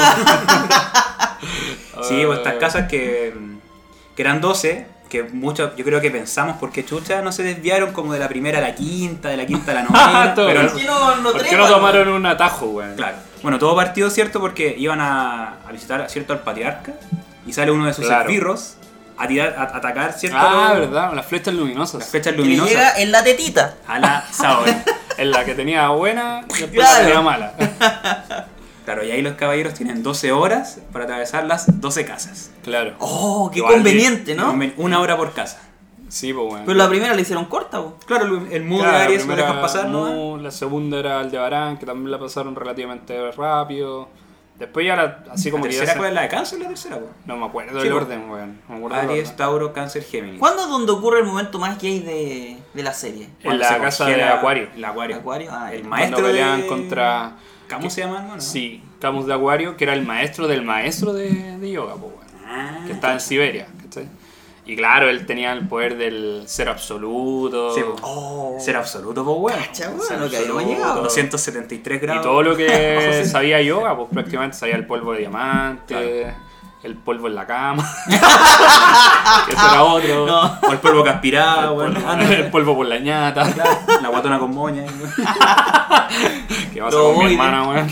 Sí, pues estas casas que, que eran doce, que muchos, yo creo que pensamos porque chucha no se desviaron como de la primera a la quinta, de la quinta a la novena. Todo. pero ¿Por qué no, no ¿Por qué trepan, no tomaron un atajo, weón? claro. Bueno, todo partió, ¿cierto? Porque iban a, a visitar, ¿cierto? Al patriarca y sale uno de sus Claro. esbirros a tirar, a, a atacar, ¿cierto? Ah, Los- verdad, las flechas luminosas. Las flechas Que le luminosas llega en la tetita. a la Saori. En la que tenía buena y después Claro. la tenía mala. Claro, y ahí los caballeros tienen doce horas para atravesar las doce casas. Claro. Oh, qué Igual, conveniente, ¿no? Una hora por casa. Sí, pues bueno. Pero la primera la hicieron corta, weón. Claro, el, el mood Claro, de la Aries lo primera dejan pasar, ¿no? Mu, la segunda era Aldebarán, que también la pasaron relativamente rápido. Después ya la, así como ¿La que ya tercera se- cuál es la de cáncer la tercera, po? No me acuerdo Sí, del po. orden, weón. No me acuerdo del Aries, orden. Tauro, Cáncer, Géminis. ¿Cuándo es donde ocurre el momento más gay de, de la serie? En Cuando la se casa de congela Acuario. El Acuario. Acuario, ah, el ya. maestro Cuando pelean de... contra... ¿Cómo se llama, no? Sí, Camus de Acuario, que era el maestro del maestro de, de yoga, po, weón. Ah, Que estaba en Siberia, ¿cachai? Y claro, él tenía el poder del ser absoluto. Sí, po. Oh. Ser absoluto, pues bueno. Cacha, weón, Ser no que ahí no absoluto, llegaba. doscientos setenta y tres Y grados. todo lo que Sí. sabía yoga, pues prácticamente sabía el polvo de diamante, Claro. el polvo en la cama. Que eso era otro. No. O el polvo que aspiraba, bueno. Ah, no, el polvo por la ñata. La guatona con moña. ¿Qué pasa Lo con mi voy, hermana, weón?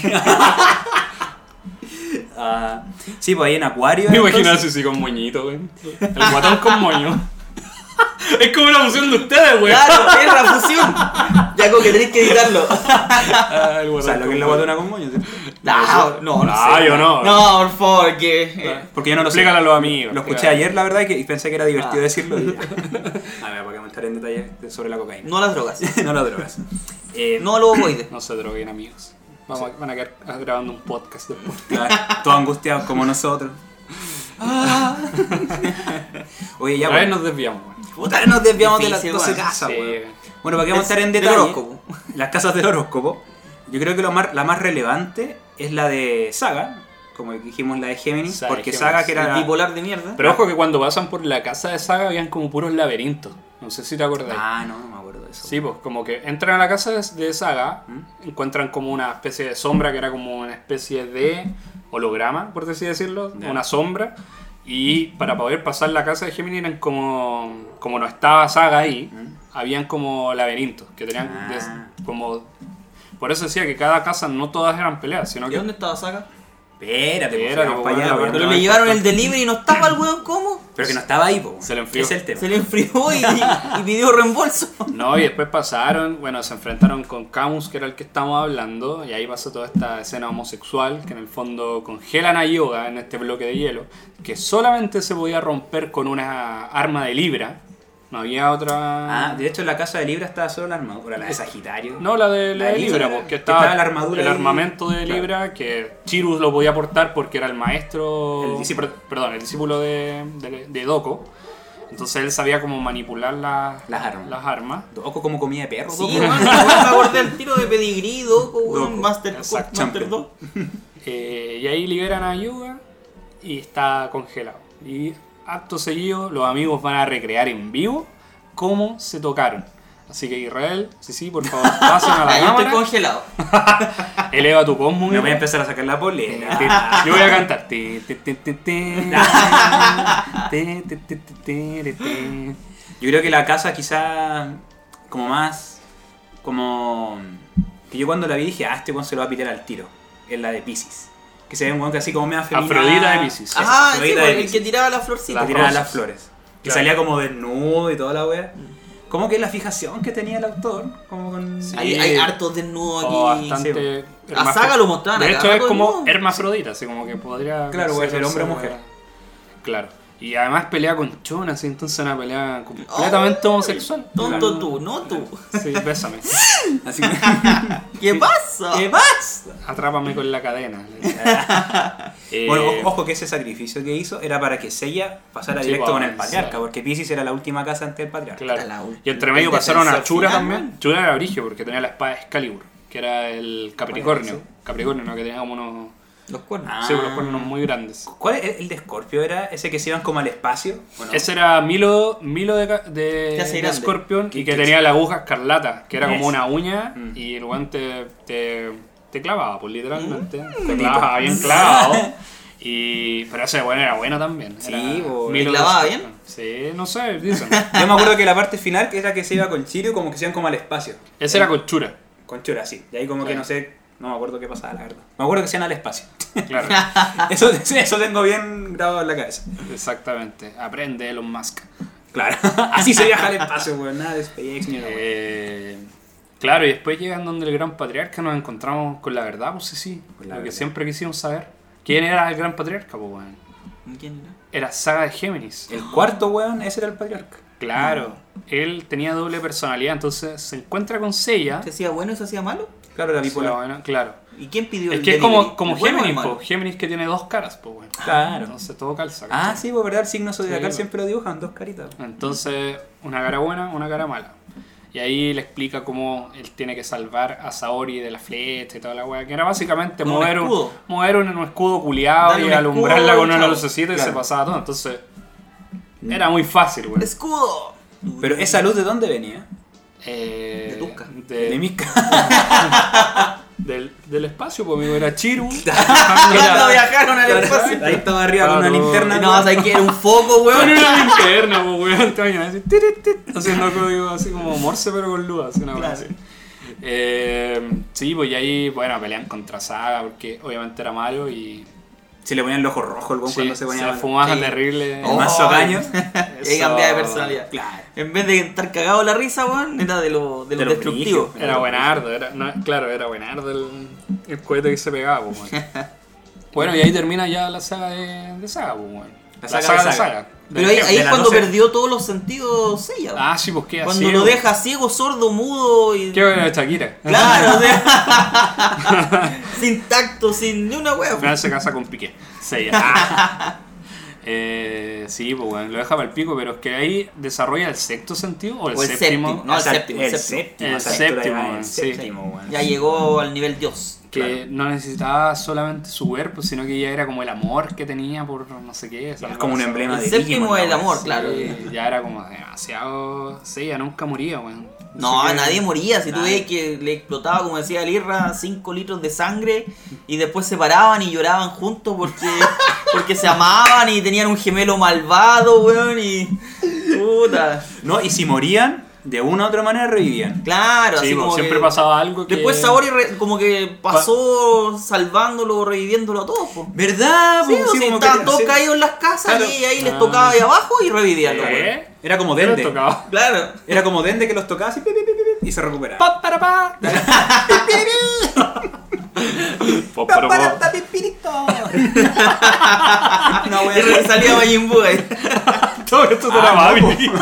Ah, sí, pues ahí en Acuario. Me imagino entonces- así, así con moñito, weón. El guatón con moño. Es como una fusión de ustedes, weón. Claro, es la fusión. Ya como que tenés que editarlo. Ah, el O guatón sea, lo que con es la moño. guatona con moño. ¿sí? No, no, no Ah, sé. yo no. No, por favor, que... eh, Porque yo no lo sé. Explícale a los amigos. Lo escuché explícale. ayer, la verdad, y que- y pensé que era divertido Ah. decirlo. Y ya. A ver, para que entrar en detalle de- sobre la cocaína. No las drogas. No las drogas. Eh, No a los ovoides. No se droguen, amigos. Vamos a, van a quedar grabando un podcast después. Claro, todos angustiados como nosotros. Oye, ya, Otra vez bueno. nos desviamos, weón. Otra vez nos desviamos de las Difícil, doce bueno. casas, Sí. weón. Bueno, para que vamos a estar en Del detalle. horóscopo. Las casas del horóscopo. Yo creo que lo más, la más relevante es la de Saga. Como dijimos, la de Géminis. Saga de Porque Géminis. Saga, que era. El bipolar de mierda. Pero ojo que cuando pasan por la casa de Saga habían como puros laberintos. No sé si te acordáis. Ah, no, no me acuerdo de eso. Sí, pues como que entran a la casa de, de Saga, encuentran como una especie de sombra que era como una especie de holograma, por así decirlo, Ya. una sombra. Y para poder pasar la casa de Gemini eran como, como no estaba Saga ahí, habían como laberintos que tenían Ah. des- como... Por eso decía que cada casa no todas eran peleas, sino ¿Y que... dónde estaba Saga? Espérate, pues, Espérate, vamos pues, para allá, bueno, weón. Pero no, le no, llevaron no. el delivery y no estaba el weón, ¿cómo? Pero que no estaba ahí, po. Se le enfrió. Ese es el tema. Se le enfrió y, y pidió reembolso. No, y después pasaron, bueno, se enfrentaron con Camus, que era el que estábamos hablando, y ahí pasó toda esta escena homosexual, que en el fondo congelan a Yoga en este bloque de hielo, que solamente se podía romper con una arma de Libra, no había otra... Ah, de hecho, en la casa de Libra estaba solo la armadura, la de Sagitario. No, la de, la La de de Libra, Libra, porque que estaba, estaba la armadura el ahí. armamento de Claro. Libra, que Chirus lo podía portar porque era el maestro... El discípulo. per- Perdón, el discípulo de, de, de Doko. Entonces él sabía cómo manipular la- Las armas. las armas. Doco como comida de perro. Sí, Doco. weón, me acordé del tiro de pedigrí, Doco, weón, Doco, Master, exacto. Master dos. Eh, y ahí liberan a Yuga y está congelado. Y acto seguido, los amigos van a recrear en vivo cómo se tocaron. Así que Israel, sí, sí, por favor, pasen a la Ahí estoy cámara, congelado. eleva tu cosmo. Me voy a empezar a sacar la polera. Yo voy a cantar. Te, te, te, te, te. Te, te, te, te, te, te. Yo creo que la casa quizá como más como que yo cuando la vi dije, ah, este weón se lo va a pitar al tiro. Es la de Pisces. Que se ve un weón que así como medio afeminado. Afrodita de Piscis. Esa, Ah, sí, Afrodita weón, de el que Piscis. tiraba la florcita. Que tiraba rosas. las flores. Que Claro. salía como desnudo y toda la wea. Como que la fijación que tenía el autor, como con... Sí. Hay, hay hartos desnudos O aquí. bastante. A Saga lo mostraban De a hecho, cada es rato como desnudo. hermafrodita, así como que podría. Claro, puede ser hombre o mujer. Claro. Y además pelea con Chon, así entonces una pelea completamente Oh, homosexual. Tonto Claro. tú, no tú. Sí, bésame. Así que... ¿Qué pasa? ¿Qué pasa? Atrápame con la cadena. Eh, Bueno, o- ojo que ese sacrificio que hizo era para que Seiya pasara Sí, directo pues, con el sí. patriarca, porque Pisces era la última casa antes del patriarca. Claro. La última. Y entre medio El pasaron a defensor Chura final, también. man. Chura era brigio porque tenía la espada Excalibur, que era el Capricornio. Sí. Capricornio, ¿no? Que tenía como unos. Los cuernos. Ah. Sí, unos cuernos muy grandes. ¿Cuál es el de Scorpio? ¿Era ese que se iban como al espacio? ¿O no? Ese era Milo, Milo de, ca- de, Que hace de grande. Scorpion y Que- que que- tenía la aguja escarlata, que era Yes. como una uña Mm. y el guante te, te clavaba, pues literalmente. Mm. Te clavaba bien clavado. Y, pero ese bueno era bueno también. Sí, Era bo. Milo ¿Y clavaba de bien? Scorpion. Sí, no sé, dicen. Yo me acuerdo que la parte final, que era que se iba con Chirio, como que se iban como al espacio. Ese era con Chura. Con Chura, sí. Y ahí como que Claro. no sé, no me acuerdo qué pasaba, la verdad. Me acuerdo que se iban al espacio. Claro, Eso, eso tengo bien grabado en la cabeza. exactamente. Aprende Elon Musk. Claro. Así se viaja al espacio, weón. Nada de SpaceX ni nada. Eh, claro, y después llegan donde el gran patriarca nos encontramos con la verdad, pues sí, sí. Con la Lo que verdad. siempre quisimos saber. ¿Quién era el gran patriarca, pues bueno? ¿Quién era? Era Saga de Géminis. El cuarto, weón, ese era el patriarca. Claro, él tenía doble personalidad, entonces se encuentra con Seiya. ¿Se hacía bueno y se hacía malo? Claro, la O sea, bipolar. bueno, claro. ¿Y quién pidió Es el que es delivery? como, como ¿El bueno o el Géminis, malo? po. Géminis que tiene dos caras, pues bueno. Claro. Entonces todo calza. Ah, ¿cachai? sí, pues verdad, el signo zodiacal Sí, siempre lo dibujan, dos caritas. Entonces, una cara buena, una cara mala. Y ahí le explica cómo él tiene que salvar a Saori de la flecha y toda la weá. Que era básicamente Con un mover un, escudo. mover un, un escudo culiado Darle y un alumbrarla escudo, con una chao. lucecita y Claro. se pasaba todo. Entonces, era muy fácil, weón. ¡Escudo! Pero esa luz, ¿de dónde venía? Eh, De Tusca. De de, Miska. del, del espacio, pues amigo, era Chiru. Cuando viajaron al espacio. Ahí estaba arriba con Claro. una linterna. No, o sea, que era un foco, Con weón. una linterna, pues weón, te imaginas, así, tirit, tit, haciendo código así como Morse pero con luz, así una cosa Claro. así. Eh, sí, pues y ahí, bueno, pelean contra Saga porque obviamente era malo y Se le ponían el ojo rojo el weón sí, cuando se ponía. fumaba Sí. terrible. El mazo caño. Y ahí cambiaba de personalidad. Claro. En vez de estar cagado la risa, weón, era de lo, de lo De lo destructivo. brígido. Era buenardo, era, no, claro, era buenardo el, el cohete que se pegaba, pues bueno. Bueno, y ahí termina ya la saga de, de Saga, pues bueno. La saga de Saga. Pero ahí, De ahí es la cuando doce. perdió todos los sentidos Seiya. Ah, sí, pues qué cuando lo deja ciego, sordo, mudo y. Qué buena Shakira. Claro, o sea, sin tacto, sin ni una wea. Al final se casa con Piqué. Sí, ya. eh, sí, pues bueno, lo deja para el pico, pero es que ahí desarrolla el sexto sentido o el, O el séptimo. séptimo, no, el Exacto, séptimo, El el séptimo. El exacto, séptimo, era el sí. séptimo, weón. Ya llegó al nivel Dios. Que Claro. no necesitaba solamente su cuerpo, sino que ya era como el amor que tenía por no sé qué. Es como un emblema El de séptimo Digimon, es el la amor, weá. claro. Sí, ya era como demasiado. Sí, ya nunca moría, weón. No, Así que- nadie moría. Si tú Nadie. ves que le explotaba, como decía Lirra, cinco litros de sangre y después se paraban y lloraban juntos porque, porque se amaban y tenían un gemelo malvado, weón, y... Puta. No, y si morían, de una u otra manera revivían. Claro, Sí, así pues, como siempre que... pasaba algo que. Después Saori re- como que pasó salvándolo, reviviéndolo a todos, po. ¿Verdad? Sí, po? o Sí, sea, como que estaban te- todos sí. caídos en las casas Claro. y ahí les Ah. tocaba ahí abajo y revivían, ¿Eh? weón. Era como Pero Dende. tocaba. Claro. Era como Dende que los tocaba así pi, pi, pi, pi, pi, y se recuperaba. Pa, para, pa. Po, pero, po. No, Y weón. re- salía Majin Buu ahí. Todo esto te era Ah, no, Babi.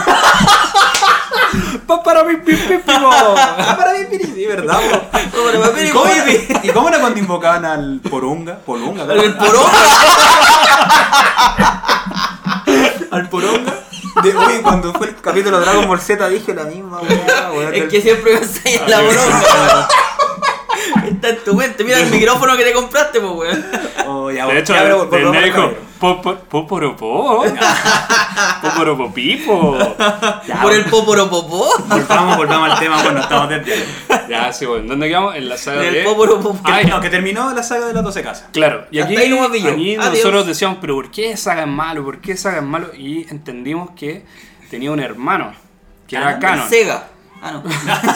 Pa, para, pi, pi, pi, pi, po. Ah, para mí, Piri, sí, ¿verdad? po? Como la papel ¿Y y cómo, baby. era, ¿Y cómo era cuando invocaban al Porunga? Porunga, El ¿verdad? poronga. Al Poronga. De, oye, cuando fue el capítulo de Dragon Ball Z dije la misma weá, weá. Es que siempre pensáis en la poronga. Está en tu mente. Mira el micrófono que te compraste, pues, weón. Oh, ya, De hecho, ya, pero el volvamos al médico. caballero. Poporopo. Poporopopipo. Ya, Por el poporopopó. Volvamos, volvamos al tema cuando estamos desviando. Ya, sí, bueno. ¿Dónde quedamos? En la saga de. El poporopopó. Ah, Que, ya. no, que terminó la saga de las doce casas. Claro, y Hasta aquí, ahí nomás vi yo. aquí Adiós. nosotros decíamos, pero ¿por qué Saga es malo? ¿Por qué Saga es malo? Y entendimos que tenía un hermano, que era Canon. Sega. Ah, no.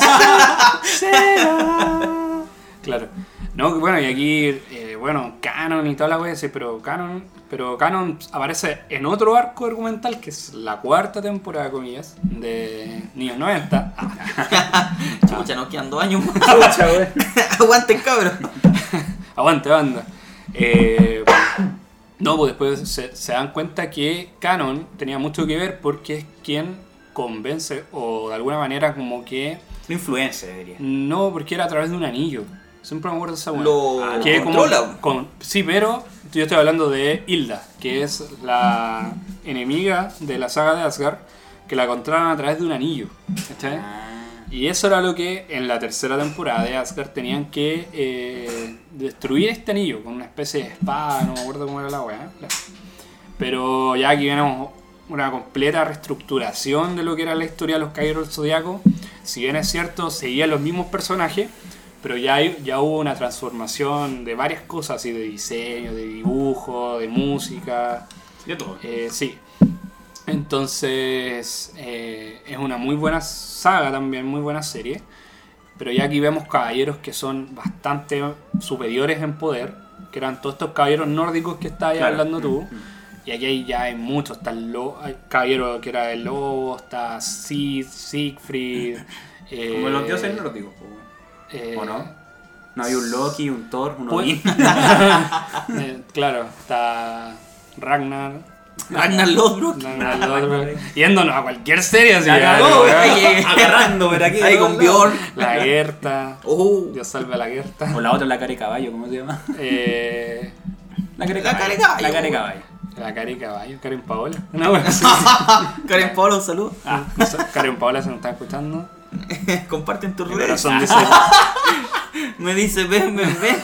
Claro. No, bueno, y aquí, eh, bueno, Canon y toda la wea, sí, pero Canon, pero Canon aparece en otro arco argumental, que es la cuarta temporada, comillas, de Niños noventa. Chucha, nos quedan dos años más. Aguanten, cabrón. Aguante, banda. Eh, no, pues después se, se dan cuenta que Canon tenía mucho que ver porque es quien convence, o de alguna manera como que... Una influencia, diría. No, porque era a través de un anillo. Siempre me acuerdo de esa weá. Lo Ah, que como- controla. con- sí, pero yo estoy hablando de Hilda, que es la enemiga de la saga de Asgard, que la controlan a través de un anillo. ¿Cachai? Y eso era lo que en la tercera temporada de Asgard tenían que eh, destruir este anillo con una especie de espada, no me acuerdo cómo era la weá. Pero ya aquí vemos una completa reestructuración de lo que era la historia de los Caballeros del Zodiaco. Si bien es cierto, seguían los mismos personajes, pero ya, hay- ya hubo una transformación de varias cosas, así de diseño, de dibujo, de música. De todo. Eh, sí. Entonces, eh, es una muy buena saga también, muy buena serie. Pero ya aquí vemos caballeros que son bastante superiores en poder, que eran todos estos caballeros nórdicos que estabas Claro. hablando tú. Y aquí hay, ya hay muchos, está el lo- hay caballero que era el lobo, está Sid, Siegfried. eh, Como los dioses nórdicos, po, weón. eh, ¿O no? No había un Loki, un Thor, un Pues- Odín. eh, claro, está Ragnar. Ragnar Lothbrok. No, no, no, no, no. Yéndonos a cualquier serie así. La ya, cagó, ya, Oye, agarrando por aquí. ahí de con todos lados. Bjorn. La Gerta. Uh, Dios salve a la Gerta. O la otra, la cara de caballo, ¿cómo se llama? Eh, La cara de La cara de caballo. La cara de caballo. la Karen Caballo, Karen Paola. Una buena así. Karen Paola, un saludo. Ah, no sé, Karen Paola se nos está escuchando. Comparten tus Mi redes. corazón dice. Me dice, ven, ven, ven.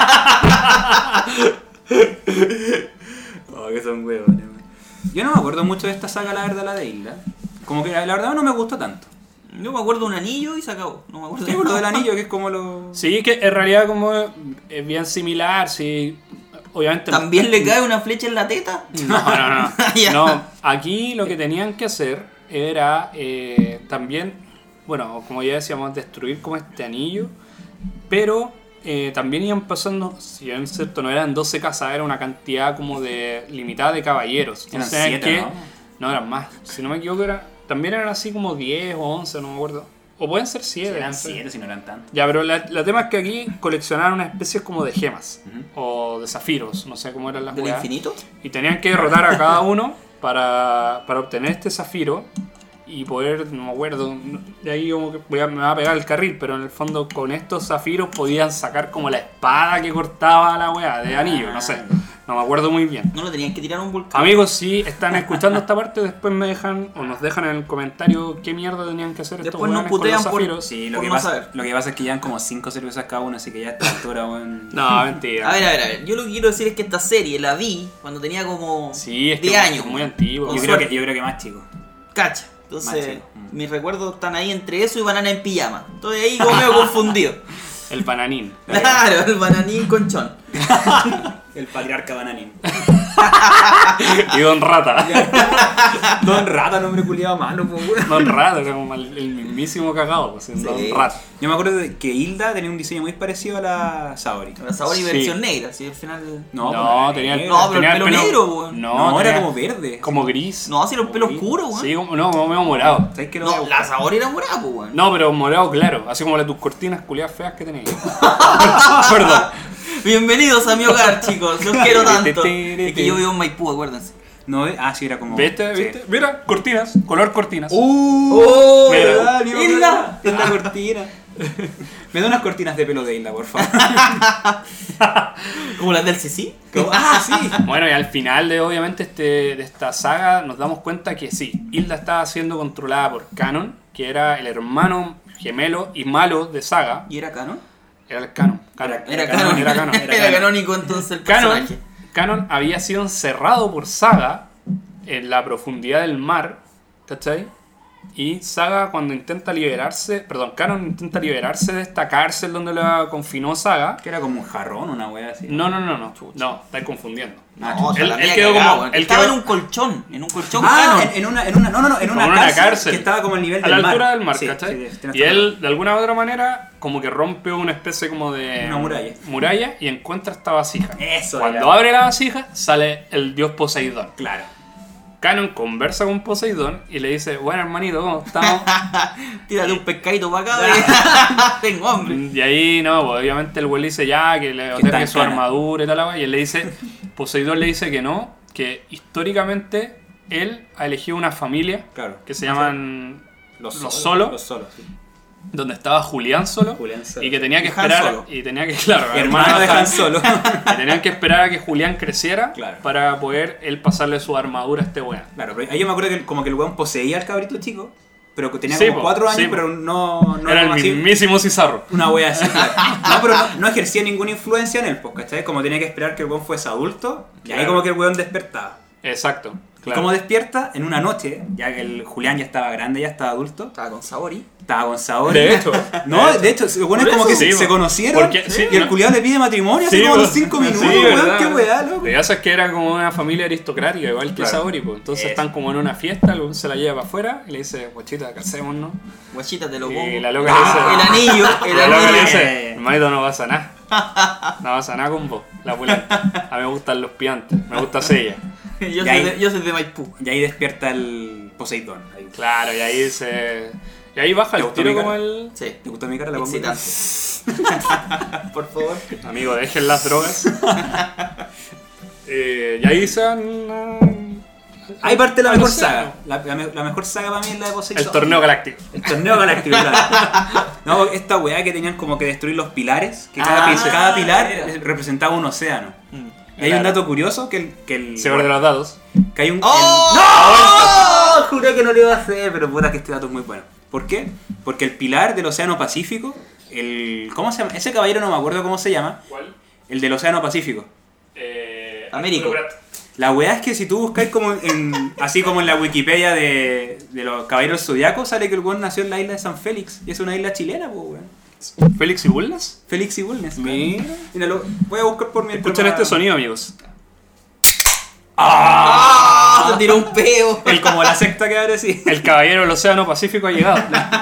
Oh, que son huevos. Yo no me acuerdo mucho de esta saga, la verdad, la de Hilda. Como que la verdad no me gustó tanto. Yo me acuerdo de un anillo y se acabó. No me acuerdo Sí, de por lo del nada. anillo, que es como lo... Sí, que en realidad como es bien similar, sí. Obviamente. ¿También le cae una flecha en la teta? No, no, no. Ya. No, aquí lo que tenían que hacer era eh, también, bueno, como ya decíamos, destruir como este anillo, pero eh, también iban pasando, si bien es cierto, no eran doce casas, era una cantidad como de limitada de caballeros. Eran Entonces, tenían siete, que- ¿no? No, eran más. Si no me equivoco, era, también eran así como diez o once, no me acuerdo. O pueden ser siete. Eran no sé. siete, si no eran tantos. Ya, pero la, la tema es que aquí coleccionaron una especie como de gemas o de zafiros, no sé cómo eran las ¿Del weas. infinito? Y tenían que derrotar a cada uno para, para obtener este zafiro y poder, no me acuerdo, de ahí como que voy a, me va a pegar el carril, pero en el fondo con estos zafiros podían sacar como la espada que cortaba la weá de anillo, no sé, no me acuerdo muy bien. No lo tenían que tirar a un volcán. Amigos, si están escuchando esta parte, después me dejan o nos dejan en el comentario qué mierda tenían que hacer estos Después nos weones con los putean por- zafiros. Sí, lo Por que, no pasa, saber. lo que pasa es que llevan como cinco cervezas cada uno, así que ya a esta altura, weón. No, mentira. A ver, a ver, a ver. Yo lo que quiero decir es que esta serie la vi cuando tenía como Sí, es que diez es años. muy antiguo. Con Yo Yo creo, suerte. que, yo creo que más chico. Cacha. Más Entonces, chico. Mm. mis recuerdos están ahí entre eso y banana en pijama. Estoy ahí como medio confundido. El bananín. Claro, el bananín con chon. El patriarca bananín. Y Don Rata. Don Rata, nombre culiado malo, pues, weón. Don Rata, era como el, el mismísimo cagado, pues, el Sí. Don Rata. Yo me acuerdo de que Hilda tenía un diseño muy parecido a la Saori. La Saori Sí. versión negra, así al final. No, No, pues, tenía el, No, pero tenía el pelo negro, weón. No, No, era tenía como verde. como gris. No, así los pelos Uy. oscuros, weón. Sí, como, no, como medio morado. ¿Sabes qué? Lo voy a No, buscar. la Saori era morada, pues, weón. No, pero morado claro, así como las tus cortinas culiadas feas que tenías. Perdón. Bienvenidos a mi hogar, chicos. Los quiero tanto. Es que yo vivo en Maipú, acuérdense. No, eh, ah, sí, era como. ¿Viste? sí. ¿Viste? Mira, cortinas, color cortinas. ¡Uh! ¡Oh! Mira. ¿verdad? Digo, Hilda. Es la cortina. Me da unas cortinas de pelo de Hilda, por favor. Como las del C C. Como- ah, sí. Bueno, y al final de obviamente este, de esta saga nos damos cuenta que sí, Hilda estaba siendo controlada por Canon, que era el hermano gemelo y malo de Saga. ¿Y era canon? Era el Canon. Canon. Era, Era canon. canon, era canon, Era, era canon. canónico entonces el Canon, personaje. Canon había sido encerrado por Saga en la profundidad del mar, ¿cachai? Y Saga cuando intenta liberarse, perdón, Canon intenta liberarse de esta cárcel donde la confinó Saga. Que era como un jarrón, una wea así. No, no, no, no, no, estáis confundiendo. Ah, No, chucha. se la Él- él había quedó cagado, como- weón. él Estaba quedó- en un colchón, en un colchón Ah, canon. en, en una, en una, no, no, no, en una, Como en una cárcel, cárcel. que estaba como al nivel A del la mar. altura del mar, Sí, ¿cachai? sí, tienes Y toda la él, de alguna u otra manera, como que rompe una especie como de... Una muralla. Muralla y encuentra esta vasija. Eso Cuando era. abre la vasija, sale el dios Poseidón. Claro. Canon conversa con Poseidón y le dice, bueno hermanito, ¿cómo estamos? Tírate un pescadito para acá, wey. Tengo hambre. Y ahí, no, pues, obviamente el güey le dice ya, que le está otorgue en su cana. armadura y tal, la wea, y él le dice, Poseidón le dice que no, que históricamente él ha elegido una familia Claro. que se llaman Los Los solos. Solo. Los solos, sí. donde estaba Julián Solo, Julián Solo. y que tenía que Y Han esperar Solo. y tenía que claro Hermano de Han Solo. que tenían que esperar a que Julián creciera Claro. para poder él pasarle su armadura a este weón. Claro, pero ahí yo me acuerdo que como que el weón poseía al cabrito chico, pero que tenía Sí, como po, cuatro años, sí, po. pero no, no Era el como así, mismísimo Cizarro. una wea así. Claro. No, pero no, no ejercía ninguna influencia en él, pues, ¿cachai? Como tenía que esperar que el weón fuese adulto, y ahí Claro. como que el weón despertaba. Exacto. Y Claro. como despierta, en una noche, ya que el Julián ya estaba grande, ya estaba adulto, Estaba con Saori. estaba con Saori. De hecho. No, de hecho, el weón es Por como que eso, se, sí, se po. conocieron Porque- sí, y el no. culiao le pide matrimonio así Sí, como a los po. cinco minutos, Sí, weón, verdad. qué weá, loco. Lo que pasa es que era como una familia aristocrática, igual que Claro. Saori, pues. Entonces Eso. están como en una fiesta, el weón se la lleva para afuera y le dice, guachita, casémonos. Guachita, te lo pongo. Y la loca Ah, le dice, el anillo, el la loca le anillo. dice, hermanito, no pasa nada. No pasa nada con vos, la pulenta. A mí me gustan los piantes, me gusta ella. Yo Y soy, ahí- de, yo soy de Maipú. Y ahí despierta el Poseidón. Ahí. Claro, y ahí se. Y ahí baja ¿Te el gustó tiro mi como cara? el. Sí. ¿Te gustó mi cara? La pongo Excitante. Por favor. Amigo, dejen las drogas. Eh, y ahí se van a, Hay parte de la Ah, mejor no sé. saga. La, la me- la mejor saga para mí es la de Poseidon. El torneo galáctico. El torneo galáctico, claro. No, esta weá que tenían como que destruir los pilares, que cada, Ah, pi- cada pilar era. representaba un océano. Mm. Y hay un Claro. dato curioso que el... Que el Se de los dados. que hay un... ¡Oh! el- ¡No! Juré que no lo iba a hacer, pero puta que este dato es muy bueno. ¿Por qué? Porque el pilar del océano Pacífico, el... ¿Cómo se llama? Ese caballero no me acuerdo cómo se llama. ¿Cuál? El del océano Pacífico. Eh, Américo. La weá es que si tú buscáis como en, así como en la Wikipedia de, de los caballeros zodiacos, sale que el weón nació en la isla de San Félix. Y es una isla chilena, pues weón. Félix y Bulnes. Félix y Bulnes. Mira. Mira, lo voy a buscar por mi Escuchen este sonido, amigos. ¡Ah! Se tiró un peo. El como la secta que ahora sí. El caballero del océano Pacífico ha llegado.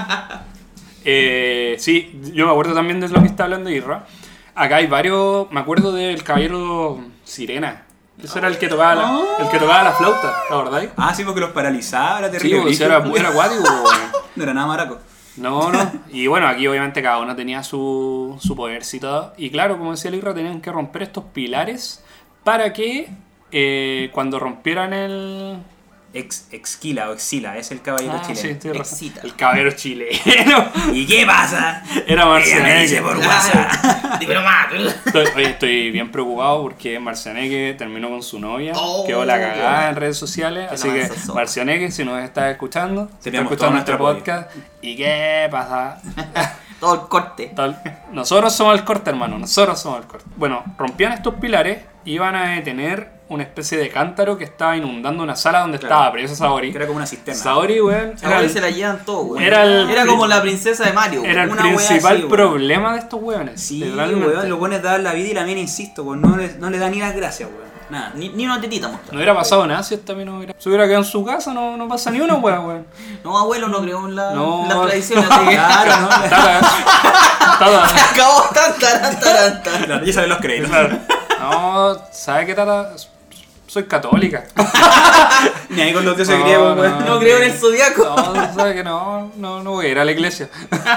Eh, sí, yo me acuerdo también de lo que está hablando Irra. Acá hay varios. Me acuerdo del caballero Sirena. Ese era el que tocaba la, el que tocaba la flauta, ¿la verdad? Ah, sí, porque los paralizaba, era Sí, terrible. pues, era, era acuático. weón. No era nada maraco. No, no. Y bueno, aquí obviamente cada uno tenía su, su poder y todo. Y claro, como decía el Irra, tenían que romper estos pilares para que eh, cuando rompieran el. Ex, exquila o exila, es el caballero Ah, sí, chileno. tienes razón. Excita. El caballero chileno. ¿Y qué pasa? Era Ella me dice Marcianeque. por WhatsApp. Dímelo más. Estoy, oye, estoy bien preocupado porque Marcianeque terminó con su novia, Oh, quedó la qué cagada bueno. en redes sociales, Que así la que lanza sola. Marcianeque, si nos estás escuchando, si Teníamos estás escuchando todo nuestro nuestro podcast, ¿y qué pasa? Todo el corte. Tal- Nosotros somos el corte, hermano, nosotros somos el corte. Bueno, rompían estos pilares y iban a detener una especie de cántaro que estaba inundando una sala donde Claro. estaba preso Saori. Que era como una cisterna. Saori, weón, era Ahora el, se la llevan todo, güey. era el- Era como la princesa de Mario. era el una wea principal así, güey. problema de estos weones. Sí, literalmente. weón, los buenos daban la vida y la mina, insisto, weón, no le, no le da ni las gracias, weón. Nada. Ni, ni una tetita mostrar. No hubiera pasado nada si esta mina hubiera... Se hubiera quedado en su casa, no, no pasa ni una weá, weón. No, abuelo, no creo en la, No. en las tradiciones. Así que... Claro, ¿no? Tata, tata. Se acabó tan, tan, tan, tan. Claro, ya saben los créditos. Claro. No, ¿sabe qué, Tata? Soy católica. Ni ahí con los dioses No, griegos, no. weón. No creo en el zodiaco. No, ¿sabe que no? No, no voy a ir a la iglesia.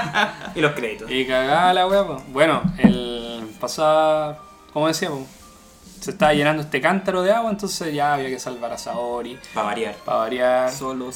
Y los créditos. Y cagada la weá, pues. Bueno, el pasaba, como decíamos, se estaba llenando este cántaro de agua, entonces ya había que salvar a Saori, Para variar. para variar. Solo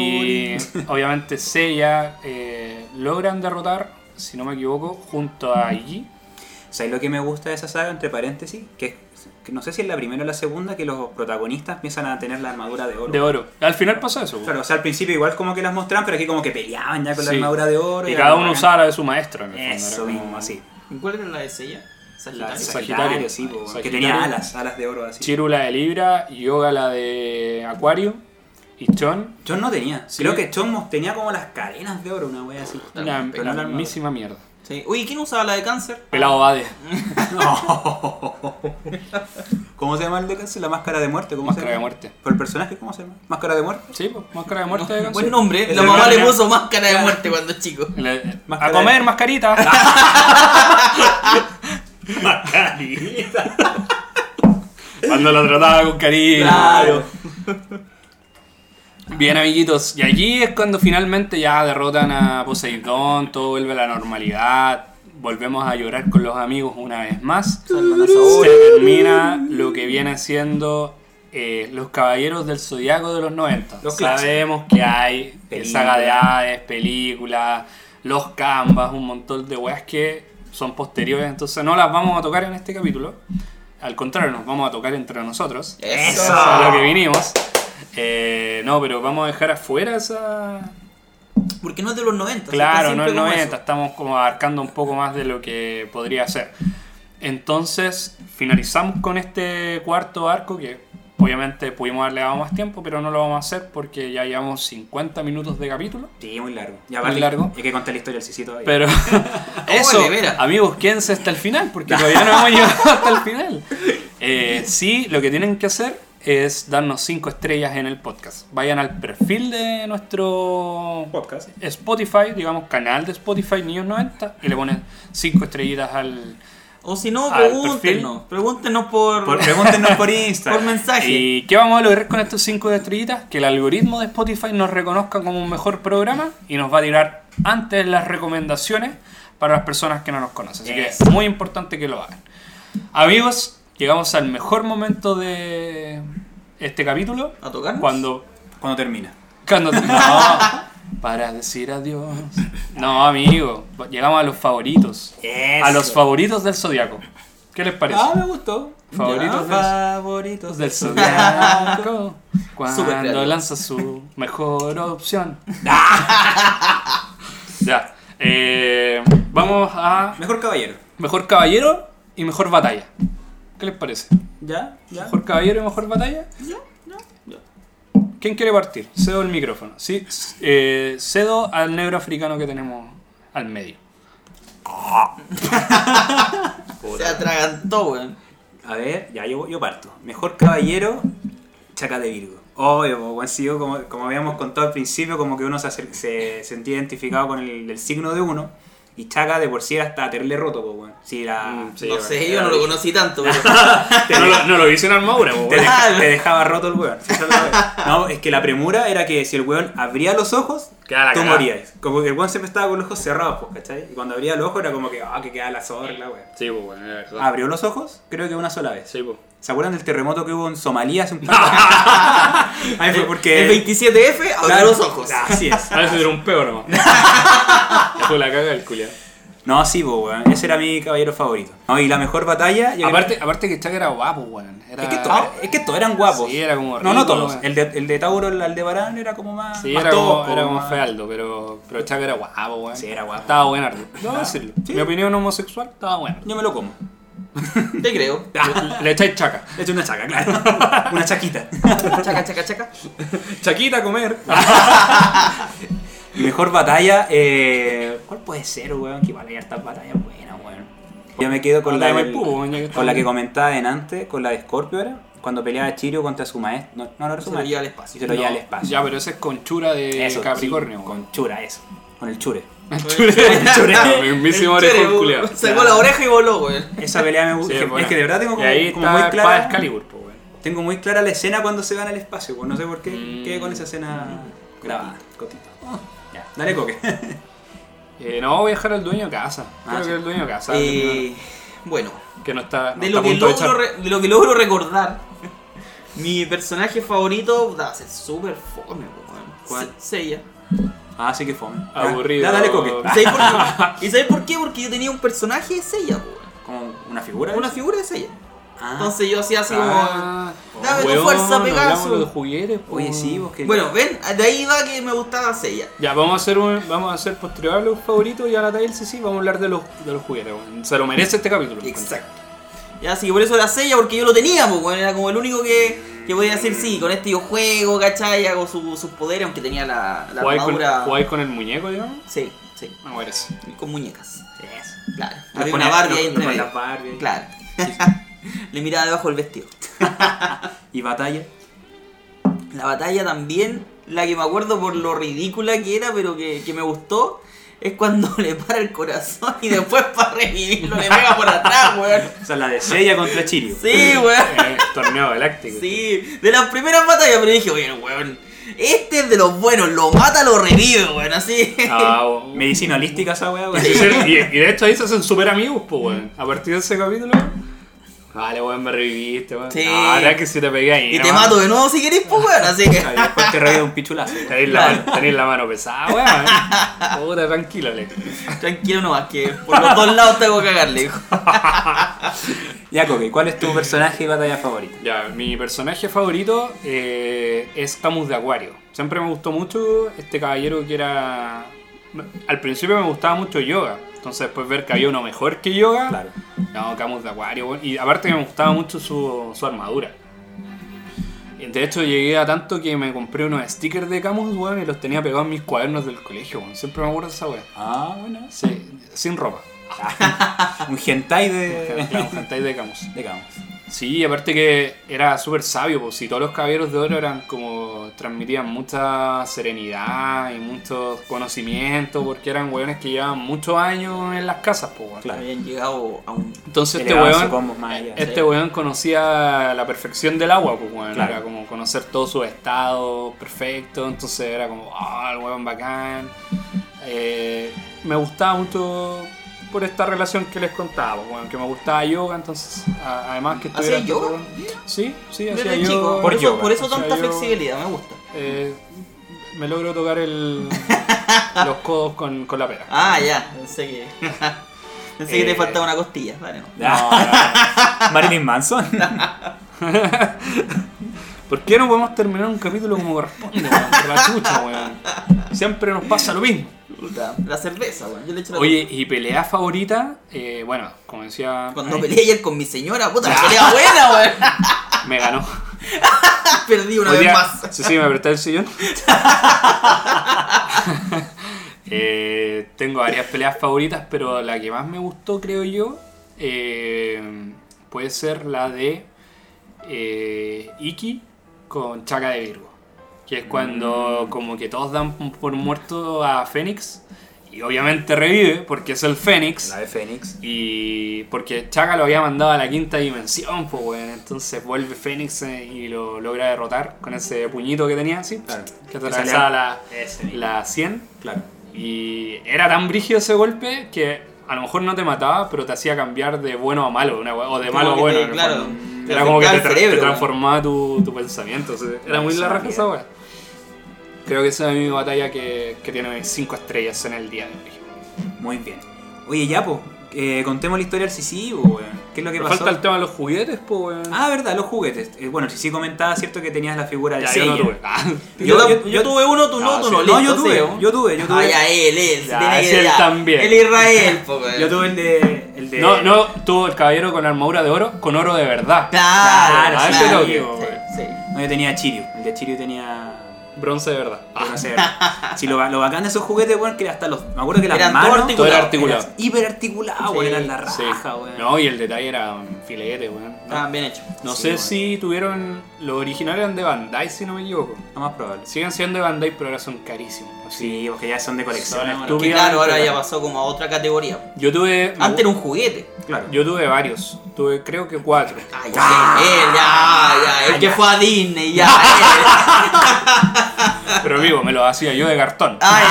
Y Saori. obviamente Seiya eh, logran derrotar, si no me equivoco, junto a Iggy. ¿Sabes lo que me gusta de esa saga, entre paréntesis? Que, que no sé si es la primera o la segunda, que los protagonistas empiezan a tener la armadura de oro. De oro. Al final pasó eso. Claro, o sea, al principio igual como que las mostraban, pero aquí como que peleaban ya con la Sí. armadura de oro. Y era cada como uno bacán. usaba la de su maestro. En el fondo, Eso era como- mismo, así. ¿Cuál era la de ella? La Sagitario. Sagitario, sí, po, que Sagitario. tenía alas, alas de oro así. Chiru la de Libra, Yoga la de Acuario y Chon Chon no tenía. Sí. Creo que Chon mos- tenía como las cadenas de oro, una wea así. una, Pero la no la armadura. mismísima mierda. Sí. Oye, ¿quién usaba la de cáncer? Pelado Bade, ¿Cómo se llama el de cáncer? La máscara de muerte. ¿Cómo máscara se de llama? muerte. ¿Pero el personaje cómo se llama? ¿Máscara de muerte? Sí, pues, máscara de muerte de cáncer. Buen nombre. Es La el mamá gran- le puso máscara de muerte cuando chico. Le- Máscara a comer, de- mascarita. Mascarita. Cuando lo trataba con cariño. Claro. Bien, amiguitos. Y allí es cuando finalmente ya derrotan a Poseidón, todo vuelve a la normalidad. Volvemos a llorar con los amigos una vez más. Salvan a Se Saori. termina lo que viene siendo eh, los Caballeros del Zodiaco de los noventa. Los clásicos. Sabemos que hay Películas. saga de Hades, películas, los Canvas, un montón de weas que son posteriores. Entonces no las vamos a tocar en este capítulo. Al contrario, nos vamos a tocar entre nosotros. Eso. Eso es a lo que vinimos. Eh, no, pero vamos a dejar afuera esa... Porque no es de los noventa. Claro, está no siempre es como noventa, eso. estamos como abarcando un poco más de lo que podría ser. Entonces, finalizamos con este cuarto arco que obviamente pudimos haberle dado más tiempo, pero no lo vamos a hacer porque ya llevamos cincuenta minutos de capítulo. Sí, muy largo. Ya Muy vale. largo. Hay que contar la historia del Sisi todavía. Pero eso, de veras. amigos, quédense hasta el final porque todavía no hemos llegado hasta el final. Eh, sí, lo que tienen que hacer es darnos cinco estrellas en el podcast. Vayan al perfil de nuestro Podcast. Spotify, digamos, canal de Spotify Niños noventa y le ponen cinco estrellitas al... O si no, Al pregúntenos. Pregúntenos por, Por, pregúntenos por Instagram. por mensaje. ¿Y qué vamos a lograr con estos cinco estrellitas? Que el algoritmo de Spotify nos reconozca como un mejor programa y nos va a tirar antes las recomendaciones para las personas que no nos conocen. Así que Eso. es muy importante que lo hagan. Amigos, llegamos al mejor momento de, este capítulo ¿A tocarnos? cuando... Cuando termina. cuando no, para decir adiós. No, amigo, llegamos a los favoritos. Eso. A los favoritos del Zodiaco. ¿Qué les parece? Ah, me gustó. Favoritos Ya, del, Favoritos del Zodiaco. Súper Cuando creativo. lanza su mejor opción. Ya. Eh, vamos a Mejor caballero. mejor caballero y mejor batalla. ¿Qué les parece? ¿Ya? ¿Ya? ¿Mejor caballero y mejor batalla? Ya, ya, ya. ¿Quién quiere partir? Cedo el micrófono. Sí, eh, cedo al negro africano que tenemos al medio. Se atragantó, weón. A ver, ya yo, yo parto. Mejor caballero, Chaka de Virgo. Obvio, pues, bueno, sí, yo, como, como habíamos contado al principio, como que uno se, acer- se sentía identificado con el, el signo de uno. Y Chaka de por sí era hasta terrible roto, pues, bueno. Sí, la, Mm, sí. No sé, era- yo no lo conocí tanto, pero... No lo, no lo hice en armadura, po, Te, weón. deja- te dejaba roto el weón. Esa es la- No, es que la premura era que si el weón abría los ojos, Quedaba la tú cagada. morías. Como que el weón siempre estaba con los ojos cerrados, pues, ¿cachai? Y cuando abría los ojos era como que, ah, que quedaba la zorra, la weón. Sí, pues, bueno, es verdad. Abrió los ojos, creo que una sola vez. Sí, pues. ¿Se acuerdan del terremoto que hubo en Somalia hace un par de años? Ahí fue porque... El veintisiete F abrió Claro, los ojos. Así es. A veces era un peor, ¿no? Fue la caga del culiao. No, sí, pues, weón. Ese era mi caballero favorito. No, y la mejor batalla... yo Aparte, aparte que Chaka era guapo, weón. Era... creo- Es que, to- es que todos eran guapos. Sí, era como No, no rico, todos. weón. El de, el de Tauro, el Aldebarán, era como más... Sí, más era como, tosco, era como más- fealdo, pero, pero Chaka era guapo, weón. Sí, era guapo. Estaba buen arte. Debo decirlo. Sí. Mi opinión homosexual, estaba buena. Yo me lo como. Te creo. Le, le echáis Chaka. Le echo una chaca, claro. Una chaquita. Chaca, chaca, chaca. Chaquita a comer. Mejor batalla, eh... ¿cuál puede ser, weón? Que igual hay hartas batallas buenas, weón. Yo me quedo con Ah, la, la de del- Maipú, weón, ya que con la que estamos. comentaba en antes, con la de Scorpio era, cuando peleaba Chirio contra su maestro. No, no, no era su Se lo maestro. lleva al espacio. Y se lo lleva al espacio. Ya, pero ese es con chura de Eso, Capricornio, sí, weón. con Chura, eso. Con el Chure. Chure. Mismísimo El chere, orejón, weón. culiao. Sacó la oreja y voló, weón. Esa pelea me gusta. Sí, es, que, buena. es que de verdad tengo Y como, ahí como está muy Espada clara. Excalibur, pues, weón. Tengo muy clara la escena cuando se van al espacio, pues no sé por qué Mm. quedé con esa escena grabada. Cotito. Ya, dale coque. Eh, no, voy a dejar al dueño de casa. Ah, Creo sí. que el dueño de casa. Eh, bueno, Que no está. No de está lo, a que punto de logro echar. re- de lo que logro recordar, mi personaje favorito puta, va a ser súper fome, weón. ¿Cuál? Se- Seiya. Ah, sí que fome. Ya, Aburrido. Ya, dale coque. ¿Y sabéis por qué? ¿Y sabéis por qué? Porque yo tenía un personaje de Seiya, weón. Como una figura. Una figura de Seiya. Ah. Entonces yo hacía así Ah, como. Dame tu weón, fuerza, no Pegaso. hablamos de juguetes, po. Oye, sí, vos que. Bueno, ven, de ahí va que me gustaba Seiya. Ya, vamos a hacer un, vamos a hacer posterior a los favoritos y a la talla sí, sí, vamos a hablar de los, de los juguetes, weón. Se lo merece este capítulo. Exacto. Ya, así que por eso era Seiya, porque yo lo tenía, pues, weón. Era como el único que, que podía decir, sí, con este yo juego, ¿cachai? Hago su- sus poderes, aunque tenía la, la ¿Jugáis con, armadura. jugáis con el muñeco, digamos? Sí, sí. Me parece. Con muñecas. Eso. Claro. Nos Había ponía- una Barbie nos- ahí entre nos- medio. las Barbie ahí. Claro. Le miraba debajo del vestido. Y batalla. La batalla también, la que me acuerdo por lo ridícula que era, pero que, que me gustó, es cuando le para el corazón y después para revivirlo le pega por atrás, weón. O sea, la de Seiya contra Chirio. Sí, weón. Eh, torneo galáctico. Sí, de las primeras batallas, pero dije, oye, weón, este es de los buenos, lo mata, lo revive, weón, así. Ah, weón. Medicina holística esa weá, weón. Y, y de hecho ahí se hacen super amigos, pues, weón. A partir de ese capítulo. Vale, weón, me reviviste, weón. Sí. No, ahora que si te pegué ahí. Y te nomás. mato de nuevo si querés, pues, weón, así que... Y después te revive un pichulazo. Tenéis la, tenéis la mano pesada, weón. Puta, tranquilo, le. Tranquilo nomás, que por los dos lados tengo que cagarle, hijo. Ya, Coque, ¿cuál es tu personaje y batalla favorito? Ya, mi personaje favorito eh, es Camus de Acuario. Siempre me gustó mucho este caballero que era... Al principio me gustaba mucho Yoga. Entonces después ver que había uno mejor que Yoga. Claro. No, Camus de Acuario. Bueno. Y aparte me gustaba mucho su, su armadura. Y de hecho llegué a tanto que me compré unos stickers de Camus, weón, y los tenía pegados en mis cuadernos del colegio, weón. Siempre me acuerdo de esa weón. Ah, bueno. Sí, sin ropa. Un hentai de... Claro, un hentai de Camus. de Camus. Sí, aparte que era súper sabio, pues si todos los caballeros de oro eran como, transmitían mucha serenidad y mucho conocimiento, porque eran weones que llevaban muchos años en las casas, pues weón. Claro. Habían llegado a un... Entonces este Elevaban su weón, combo más allá. este weón conocía la perfección del agua, pues weón, Claro. era como conocer todos sus estados perfectos, entonces era como, ah, el weón bacán. Eh, me gustaba mucho por esta relación que les contaba, bueno, que me gustaba yoga, entonces a- además que estuviera... ¿Hacías yoga? Sí, sí, hacía Desde yoga. chico, por por eso, yoga. por eso Hacía tanta yoga. flexibilidad, me gusta. Eh, me logro tocar el, los codos con, con la pera. Ah, ya, pensé que. Pensé que Eh. te faltaba una costilla, vale, no. No, no. Marilyn Manson. ¿Por qué no podemos terminar un capítulo como corresponde, weón? Por la chucha, weón. Siempre nos pasa lo mismo. Puta, la cerveza, weón. Yo le echo la Oye, y pelea favorita, eh, bueno, como decía... Cuando ay, peleé ayer con mi señora, puta, la pelea buena, weón. me ganó. Perdí una Hoy vez día- más. Sí, sí, me apreté el sillón. Eh, tengo varias peleas favoritas, pero la que más me gustó, creo yo, eh, puede ser la de eh, Iki con Chaka de Virgo. Que es cuando como que todos dan por muerto a Fénix y obviamente revive porque es el Fénix. La de Fénix. Y porque Chaka lo había mandado a la quinta dimensión, pues weón. Entonces vuelve Fénix eh, y lo logra derrotar con ese puñito que tenía, así. Claro. Que Que atravesaba salía- la, Ese mismo. la cien. Claro. Y era tan brígido ese golpe que a lo mejor no te mataba, pero te hacía cambiar de bueno a malo, una wea- o de Como malo a que bueno. te- en el claro, fondo. te Era como que te, afectaba tra- el cerebro, te transformaba tu, tu pensamiento. o sea, era muy Eso la raja también. esa wea. Creo que esa es mi batalla que, que tiene cinco estrellas en el día de hoy. Muy bien. Oye, ya, po. Eh, contemos la historia del C C, po, weón. ¿Qué es lo que Me pasó? falta el tema de los juguetes, pues weón. Ah, verdad, los juguetes. Eh, bueno, sí, sí comentaba, cierto, que tenías la figura de ya, yo Seiya. no tuve. Ah, Yo, Yo- yo, yo- yo tuve uno, tú no, No, tú sí. no. No, listo, yo tuve, sí, yo tuve, yo tuve. Ah, ya, él, él. se Ya, tiene ese que él ya. también. El Israel, po, weón. Yo tuve el de. El de No, no, tuvo el caballero con armadura de oro, con oro de verdad. Claro, Claro, ese claro. lo digo, Sí, weón. sí. No, yo tenía Chiryu. El de Chiryu tenía. Bronce de verdad. yo no sé. Si lo, lo bacán de esos juguetes, weón, que hasta los. Me acuerdo que las Eran manos. todo Todo era articulado. articulado. Hiper articulado, Sí, weón, eran la Sí. raja, weón. No, y el detalle era un filete, weón. No, Estaban bien hechos. no Sí, sé bueno. si tuvieron. Los originales eran de Bandai, si no me equivoco. Lo más probable. Siguen siendo de Bandai, pero ahora son carísimos. Así. Sí, porque ya son de colección. Son ahora. estúpidos. Que claro, ahora ya Claro. pasó como a otra categoría. Yo tuve. Antes era un juguete. Claro. Yo tuve varios. Tuve creo que cuatro. Ay, ya, él, ya, ya, el que fue a Disney, ya, Pero vivo, me los hacía yo de cartón. él. Ay,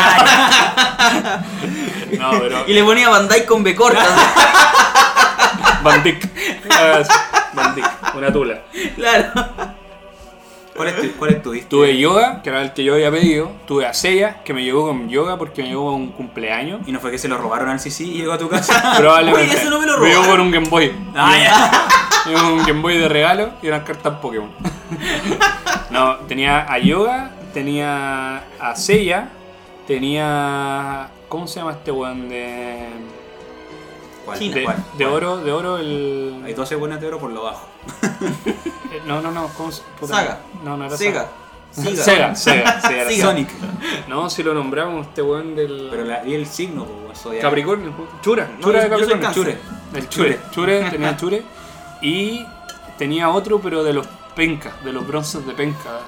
ay. No, pero. Y le ponía Bandai con B corta. Bandic. Ah, sí, Bandic. Una tula. Claro. ¿Cuál es tu, cuál es tu disco? Tuve yoga, que era el que yo había pedido. Tuve a Seiya, que me llegó con yoga porque me llegó a un cumpleaños. Y no fue que se lo robaron al C C y llegó a tu casa. Probablemente. Uy, eso no me lo Me llegó robaron. con un Game Boy. Ah, ya. Me llegó con un Game Boy de regalo y eran cartas Pokémon. No, tenía a yoga, tenía a Seiya, tenía. ¿Cómo se llama este weón de. ¿Cuál? China. De, ¿Cuál? de ¿Cuál? oro, de oro el. Hay doce buenas de oro por lo bajo. eh, No, no, no, ¿cómo se puta, Saga. No, no era Sega. Saga. Siga. Sega, Sega, sí, era Siga. Sonic. No, si lo nombramos, este weón del. Pero la, y el signo, pues, zodiacal. Capricornio, Chura, No, Chura de yo- yo soy Capricornio, Cáncer. Chure. El Chure, Chure, tenía Chure. Y tenía otro, pero de los pencas, de los bronces de penca.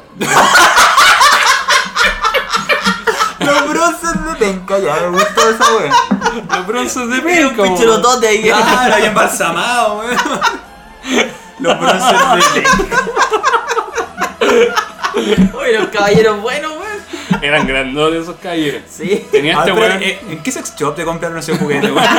Los bronces de penca, ya me gustó esa wea. Los bronces de Era un penca, weón. picherotote ahí. Ah, lo había embalsamado, weón. Los bronces de penca. Oye, los caballeros buenos, weón. Eran grandotes esos caballeros. Sí. Tenía Ah, este espera, weón. eh, ¿en qué sex shop te compraron ese juguete, weón?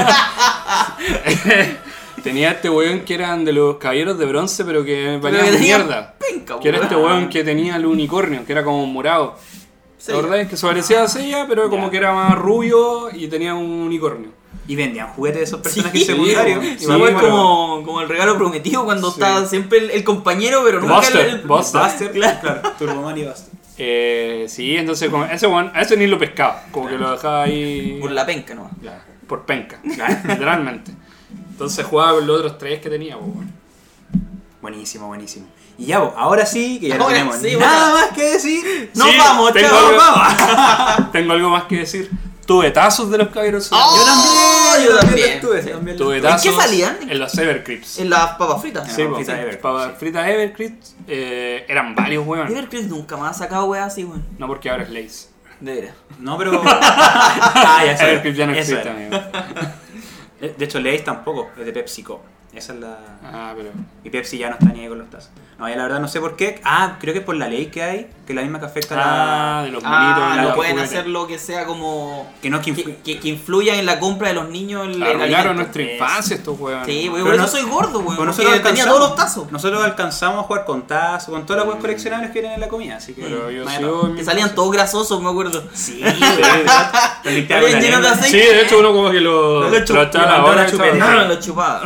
Tenía este weón que eran de los caballeros de bronce, pero que Pero valían que tenía mierda. penca, Que era este weón. weón que tenía el unicornio, que era como morado. Sí. La verdad es que se parecía a Seiya, pero como Ya. que era más rubio y tenía un unicornio. Y vendían juguetes de esos personajes Sí, secundarios. sí, Y me Igual acuerdo- como, como el regalo prometido cuando Sí. está siempre el, el compañero, pero nunca Buster, el, el- Buster. Buster, Claro. claro. Turboman y Buster. Eh, sí, entonces como ese weón, a ese ni lo pescaba, como que lo dejaba ahí Por la penca, ¿no? Claro, por penca, literalmente. Entonces jugaba con los otros tres que tenía, pues, weón. Buenísimo, buenísimo. Y ya, vos, ahora sí, que ya no Ahora tenemos sí, nada bueno. más que decir. ¡Nos Sí, vamos, tengo chao! algo, tengo algo más que decir. Tuve tazos de los caballeros ¡Oh! Zodiacos. yo también. lo tuve, Sí. también lo Tuve tuve. tazos ¿En qué salían? en los Evercrisps. En las papas fritas. Sí, no, pues, fritas Evercrisp, papas sí. fritas Evercrisp eh, eran varios, weón. Evercrisp nunca más ha sacado weas así, weón. No porque ahora es Lays. De veras. No, pero. Ah, ya sé. Evercrisp ya no Eso existe, era. amigo. De hecho, Lay's tampoco, es de PepsiCo. Esa es la... Ah, pero... Y Pepsi ya no está ni ahí con los tazos. No, ya la verdad no sé por qué. Ah, creo que es por la ley que hay, que es la misma que afecta Ah, a de los Ah, monitos. no los pueden juguetes. hacer lo que sea como... la... Que no que, Que, influ- que, que influya en la compra de los niños el, el Arruinaron alimento. nuestra Eso. infancia estos huevones. Sí, güey, Pero por eso no- soy gordo, güey. Pues Porque nosotros tenía alcanzamos- todos los tazos. Nosotros alcanzamos a jugar con tazos, con todas las cosas coleccionables que vienen en la comida, así que... Pero yo vaya sigo todo. en mi Que salían infancia. todos grasosos, me acuerdo. Sí, güey. Lo limpiaba con la Salían llenos de lengua. aceite. Sí, de hecho uno como que lo... No lo chup- lo echaba lo a la mandó a hora la y chupeta. estaba- No, lo chupaba.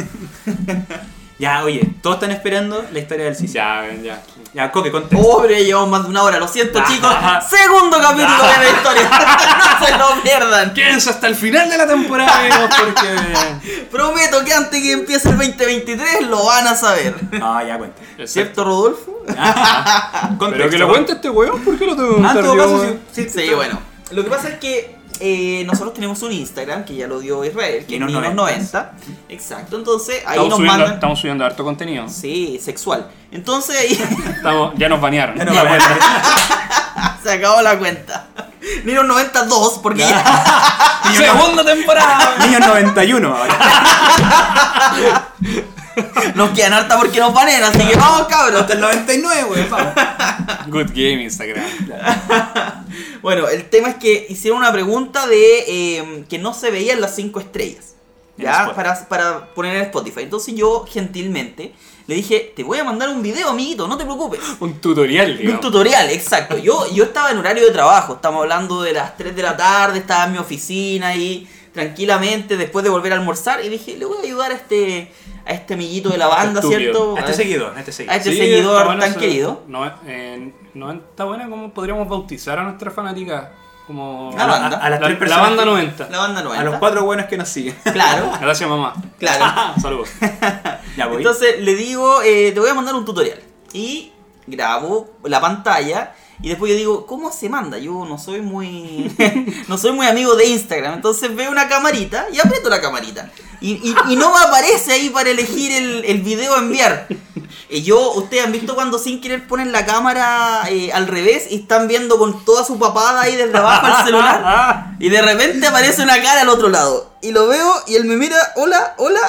Ya, oye, todos están esperando la historia del Sisi. Ya, ven, ya. Ya, Coque, contexto. Oh, pero ya llevamos más de una hora, lo siento, Ah. chicos. Segundo capítulo de la historia. No se lo pierdan. Quédense hasta el final de la temporada, amigos, porque... Prometo que antes que empiece el veinte veintitrés lo van a saber. No, ya cuenta. ¿Cierto, Rodolfo? Pero que lo cuente este weón, ¿por qué lo tengo que Ah, en contar todo yo, caso, weón? sí, sí, Sí, bueno. Lo que pasa es que eh, nosotros tenemos un Instagram que ya lo dio Israel, que es Ninos Ninos noventa. noventa. Exacto, entonces ahí Estamos nos subiendo, mandan. estamos subiendo harto contenido. Sí, sexual. Entonces ahí Estamos, ya nos banearon. Ya no va a poder. se acabó la cuenta. Ninos noventa dos, porque ya. ¡Segunda temporada! Niños noventa y uno ahora. Nos quedan harta porque nos banean, así que vamos, cabros. Hasta el noventa y nueve, güey, vamos. Good game, Instagram. Bueno, el tema es que hicieron una pregunta de eh, que no se veían las cinco estrellas. En ¿Ya? Spotify. Para, para poner en Spotify. Entonces yo, gentilmente, le dije, te voy a mandar un video, amiguito, no te preocupes. Un tutorial, Un digamos. tutorial, exacto. Yo, yo estaba en horario de trabajo, estamos hablando de las tres de la tarde, estaba en mi oficina ahí, tranquilamente, después de volver a almorzar, y dije, le voy a ayudar a este, a este amiguito de la banda, Estúpido. ¿cierto? A este seguidor, a este A seguidor. este Sí, seguidor está bueno tan eso. querido. No, eh, no está buena como podríamos bautizar a nuestra fanática como... La banda. A, a las La- tres la personas. banda noventa. La banda A noventa. los cuatro buenos que nos siguen. Claro, Gracias, mamá. claro. Saludos. Ya voy. Entonces le digo, eh, te voy a mandar un tutorial. Y grabo la pantalla. Y después yo digo, ¿cómo se manda? Yo no soy muy no soy muy amigo de Instagram. Entonces veo una camarita y aprieto la camarita. Y, y, y no me aparece ahí para elegir el, el video a enviar. Y yo, ustedes han visto cuando sin querer ponen la cámara eh, al revés y están viendo con toda su papada ahí desde abajo el celular. Y de repente aparece una cara al otro lado. Y lo veo y él me mira, hola, hola.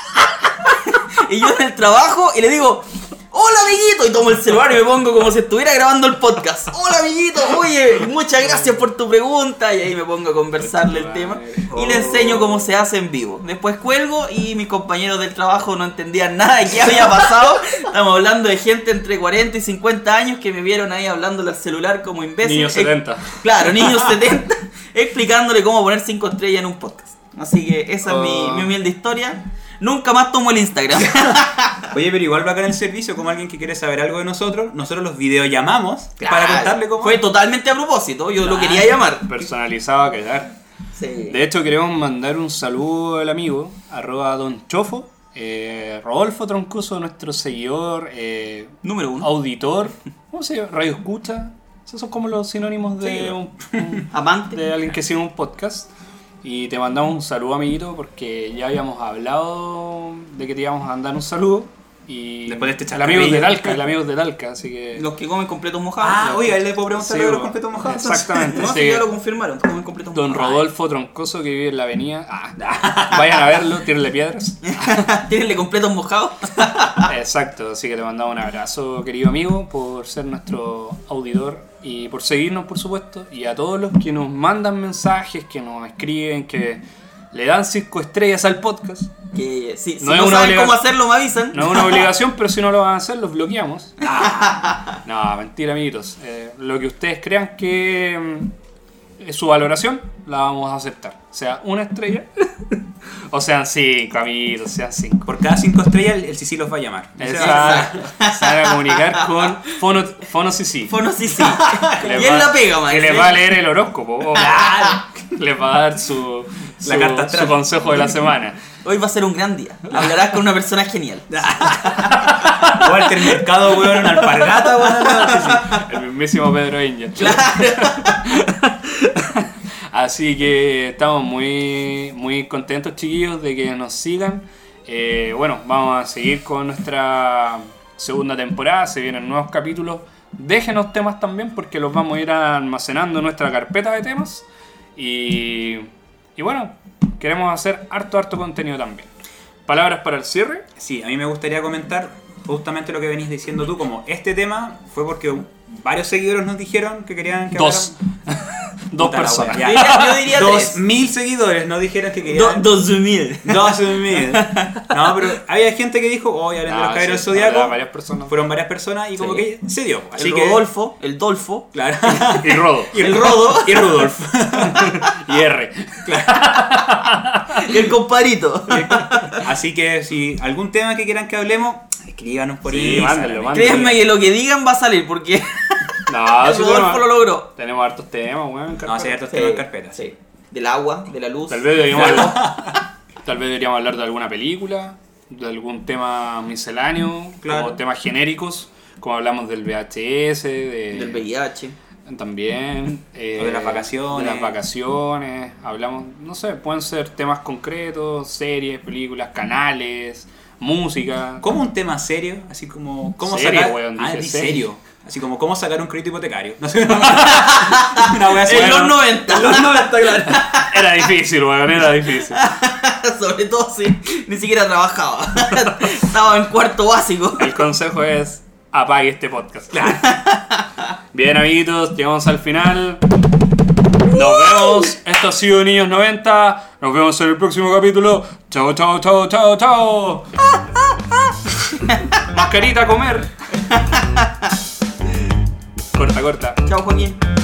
Y yo en el trabajo y le digo, hola amiguito, y tomo el celular y me pongo como si estuviera grabando el podcast. Hola amiguito, oye, muchas gracias por tu pregunta. Y ahí me pongo a conversarle el tema y le enseño cómo se hace en vivo. Después cuelgo y mis compañeros del trabajo no entendían nada de qué había pasado. Estamos hablando de gente entre cuarenta y cincuenta años que me vieron ahí hablándole al celular como imbécil. Niños Ex- setenta. Claro, niños setenta, explicándole cómo poner cinco estrellas en un podcast. Así que esa es mi, Oh. mi humilde historia. Nunca más tomo el Instagram. Oye, pero igual bacán el servicio, como alguien que quiere saber algo de nosotros, nosotros los videollamamos para Claro, contarle cómo. Fue totalmente a propósito, yo lo Claro. quería llamar. Personalizado a quedar. Sí. De hecho, queremos mandar un saludo al amigo, arroba Don Chofo, eh, Rodolfo Troncoso, nuestro seguidor, eh, Número uno. auditor, ¿cómo se llama? Radio escucha. Esos son como los sinónimos de, Sí. un- un- Amante. de alguien que sigue un podcast. Y te mandamos un saludo, amiguito, porque ya habíamos hablado de que te íbamos a mandar un saludo. Y Después de este el amigo de chascarrillo. Talca, el amigo de Talca, así que... Los que comen completos mojados. Ah, Los oiga, que- él le puedo preguntar Sí, de los bueno. completos mojados. Exactamente. No, así sí, ya que lo confirmaron, comen completos Don mojados. Rodolfo Troncoso, que vive en la avenida. Ah, vayan a verlo, tírenle piedras. Tírenle completos mojados. Exacto, así que te mandamos un abrazo, querido amigo, por ser nuestro auditor y por seguirnos, por supuesto. Y a todos los que nos mandan mensajes, que nos escriben, que le dan cinco estrellas al podcast. Que si, si No no, es una saben obliga- cómo hacerlo, me avisan. No es una obligación, pero si no lo van a hacer, los bloqueamos. No, mentira, amiguitos. Eh, lo que ustedes crean que mm, es su valoración, la vamos a aceptar. Sea una estrella, o sean cinco, amiguitos, sean cinco. Por cada cinco estrellas, el, el Sisi los va a llamar. Exacto. Se van a comunicar con Fono, Fono Sisi. Fono sí, sí. Les Y él va- la pega, man. Que les va a leer el horóscopo. o les va a dar su, La su- carta astral. su consejo de la semana. Hoy va a ser un gran día. Hablarás con una persona genial. Walter Mercado, weón, una alpargata, weón. al Sisi. El mismísimo Pedro Angel. Así que estamos muy, muy contentos, chiquillos, de que nos sigan. Eh, bueno, vamos a seguir con nuestra segunda temporada. Se vienen nuevos capítulos. Déjenos temas también, porque los vamos a ir almacenando en nuestra carpeta de temas. Y, y bueno, queremos hacer harto, harto contenido también. ¿Palabras para el cierre? Sí, a mí me gustaría comentar justamente lo que venís diciendo tú, como este tema fue porque varios seguidores nos dijeron que querían que Dos. Dos Puta la personas. wea, Yo ya. diría, yo diría Dos tres. mil seguidores nos dijeron que Do- querían... Dos mil. Dos mil. No, pero había gente que dijo, oh, ya hablen de los Ah, caballeros sí, del Zodiaco. había varias personas. Fueron varias personas y como Sí. que se dio. Así El que, Rodolfo, el Dolfo, claro. Y Rodo. Y el Rodo Y Rudolf. Y R. y el compadrito. Así que si algún tema que quieran que hablemos, escríbanos por Sí, Instagram. mándenlo, mándenlo. Créanme que lo que digan va a salir porque No, el sí, Rodolfo tenemos, lo logró. tenemos hartos temas, weón. en No, carpeta. sí, hay hartos Sí, temas en carpeta. sí. Del agua, de la luz. Tal vez deberíamos hablar, tal vez deberíamos hablar de alguna película, de algún tema misceláneo, Claro. como temas genéricos, como hablamos del V H S, de, Del V I H. también, eh, O de las vacaciones. de las vacaciones, hablamos, no sé, pueden ser temas concretos, series, películas, canales, música. ¿Cómo un tema serio? Así como, ¿cómo Serio, sacar? weón, ah, dije di serio. serio. Así como, ¿cómo sacar un crédito hipotecario? No sé. Una wea así. En los Bueno, noventa. En los noventa, claro. Era difícil, weón, era difícil. Sobre todo si ni siquiera trabajaba. Estaba en cuarto básico. El consejo es apague este podcast. Bien, amiguitos, llegamos al final. Nos vemos. Esto ha sido Niños noventa. Nos vemos en el próximo capítulo. Chao, chao, chao, chao, chao. Mascarita a comer. Corta, corta. Chao, Joaquín.